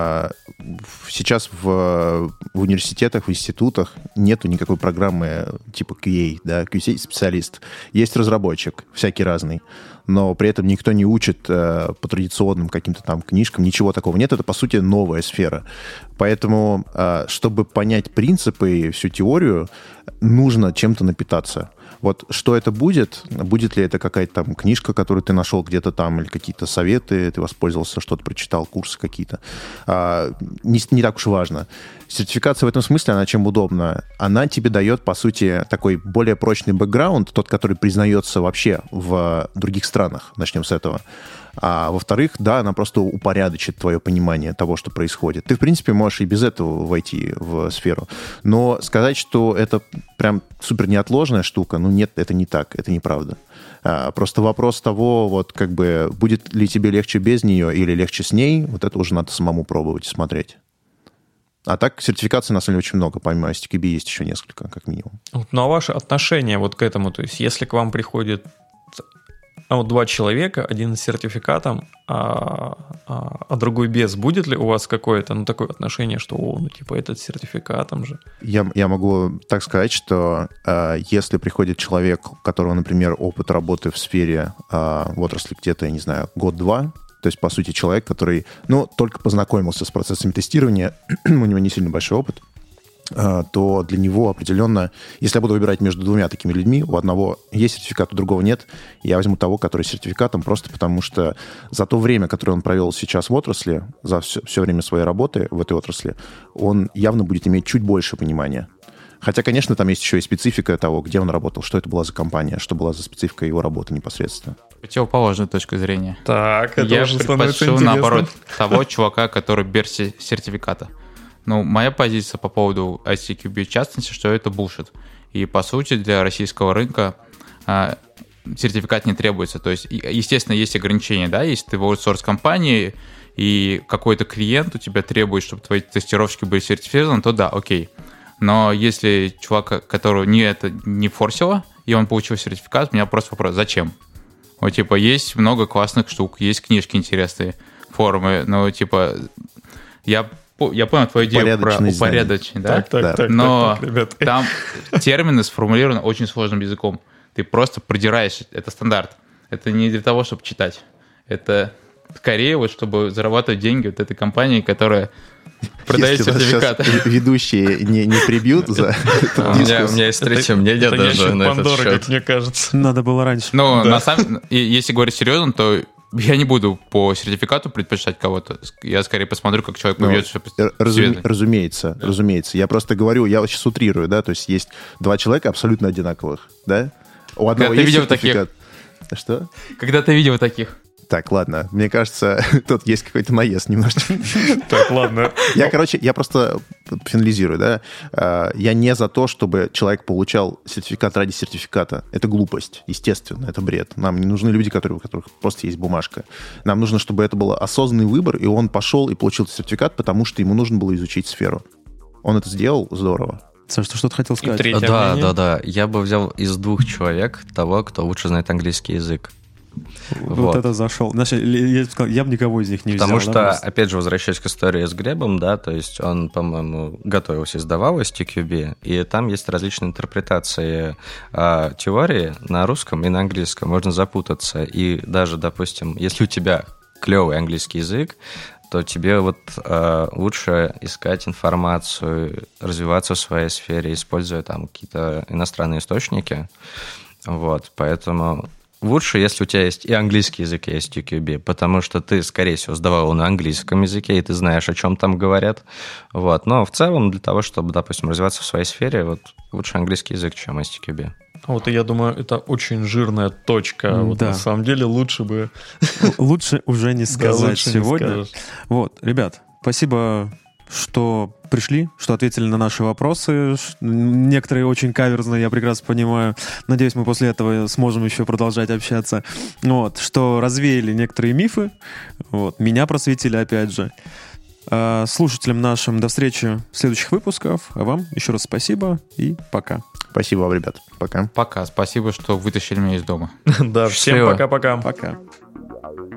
Сейчас в, в университетах, в институтах нету никакой программы типа кью эй, да, кью си-специалист. Есть разработчик, всякий разный, но при этом никто не учит по традиционным каким-то там книжкам, ничего такого нет. Это, по сути, новая сфера. Поэтому, чтобы понять принципы и всю теорию, нужно чем-то напитаться. Вот что это будет? Будет ли это какая-то там книжка, которую ты нашел где-то там, или какие-то советы, ты воспользовался, что-то прочитал, курсы какие-то? А, не, не так уж и важно. Сертификация в этом смысле, она чем удобна? Она тебе дает, по сути, такой более прочный бэкграунд, тот, который признается вообще в других странах. Начнем с этого. А во-вторых, да, она просто упорядочит твое понимание того, что происходит. Ты, в принципе, можешь и без этого войти в сферу. Но сказать, что это прям супер неотложная штука, ну нет, это не так, это неправда. А, просто вопрос того, вот как бы, будет ли тебе легче без нее или легче с ней, вот это уже надо самому пробовать и смотреть. А так сертификаций на самом деле очень много, помимо эс ти кью би есть еще несколько, как минимум. Ну а ваше отношение вот к этому, то есть если к вам приходит а вот два человека, один с сертификатом, а, а, а другой без, будет ли у вас какое-то, ну, такое отношение, что, о, ну, типа, этот с сертификатом же? Я, я могу так сказать, что э, если приходит человек, у которого, например, опыт работы в сфере, э, в отрасли где-то, я не знаю, год-два, то есть, по сути, человек, который, ну, только познакомился с процессами тестирования, у него не сильно большой опыт, то для него определенно, если я буду выбирать между двумя такими людьми, у одного есть сертификат, у другого нет, я возьму того, который с сертификатом, просто потому что за то время, которое он провел сейчас в отрасли, за все, все время своей работы в этой отрасли, он явно будет иметь чуть больше понимания. Хотя, конечно, там есть еще и специфика того, где он работал, что это была за компания, что была за специфика его работы непосредственно. Противоположная точка зрения. Так, это я уже становится предпочту, интересно. наоборот, того чувака, который без сертификата. Ну, моя позиция по поводу ай си кью би в частности, что это bullshit. И, по сути, для российского рынка а, сертификат не требуется. То есть, естественно, есть ограничения, да, если ты в аутсорс-компании, и какой-то клиент у тебя требует, чтобы твои тестировщики были сертифицированы, то да, окей. Но если чувак, которого не это не форсило, и он получил сертификат, у меня просто вопрос, зачем? Вот, типа, есть много классных штук, есть книжки интересные, форумы, но, типа, я... Я понял твою идею про упорядочение, да? Так, так, да. так, но так, так, ребят. Там термины сформулированы очень сложным языком. Ты просто продираешь, это стандарт. Это не для того, чтобы читать. Это скорее вот, чтобы зарабатывать деньги вот этой компании, которая продает Если сертификаты. Вас сейчас ведущие не, не прибьют за У меня, у меня есть третье мнение Это даже ящик на этот Пандоры, счет. как мне кажется. Надо было раньше. Но Да. на самом и если говорить серьезно, то я не буду по сертификату предпочитать кого-то. Я скорее посмотрю, как человек Ну, поведет себя. разуме- разумеется, разумеется. Я просто говорю, я сейчас утрирую, да, то есть есть два человека абсолютно одинаковых, да? У одного ты есть видел сертификат. Что? Когда ты видел таких? Так, ладно, мне кажется, тут есть какой-то наезд немножечко. Так, ладно. Я, короче, я просто финализирую, да. А, Я не за то, чтобы человек получал сертификат ради сертификата. Это глупость, естественно, это бред. Нам не нужны люди, которые, у которых просто есть бумажка. Нам нужно, чтобы это был осознанный выбор, и он пошел и получил сертификат, потому что ему нужно было изучить сферу. Он это сделал, здорово. Саш, ты что-то хотел сказать? третье Да, мнение? да, да. Я бы взял из двух человек того, кто лучше знает английский язык. Вот, Вот. это зашел. Значит, я бы сказал, я бы никого из них не Потому взял. что, да, просто. опять же, возвращаясь к истории с Глебом, да, то есть он, по-моему, готовился и сдавал эс ти кью би, и там есть различные интерпретации э, теории на русском и на английском. Можно запутаться. И даже, допустим, если у тебя клевый английский язык, то тебе вот э, лучше искать информацию, развиваться в своей сфере, используя там какие-то иностранные источники. Вот, поэтому лучше, если у тебя есть и английский язык, и эс ти кью би, потому что ты, скорее всего, сдавал его на английском языке, и ты знаешь, о чем там говорят. Вот, но в целом для того, чтобы, допустим, развиваться в своей сфере, вот лучше английский язык, чем эс ти кью би. Вот и я думаю, это очень жирная точка. Вот Да. на самом деле лучше бы... Лучше уже не Да, сказать лучше не сегодня. скажешь. Вот, ребят, спасибо, что пришли, что ответили на наши вопросы. Ш- Некоторые очень каверзные, я прекрасно понимаю. Надеюсь, мы после этого сможем еще продолжать общаться. Вот, что развеяли некоторые мифы. Вот, меня просветили, опять же. А слушателям нашим до встречи в следующих выпусках. А вам еще раз спасибо и пока. Спасибо вам, ребят. Пока. Пока. Спасибо, что вытащили меня из дома. Да, всем Счастливо. пока-пока. Пока.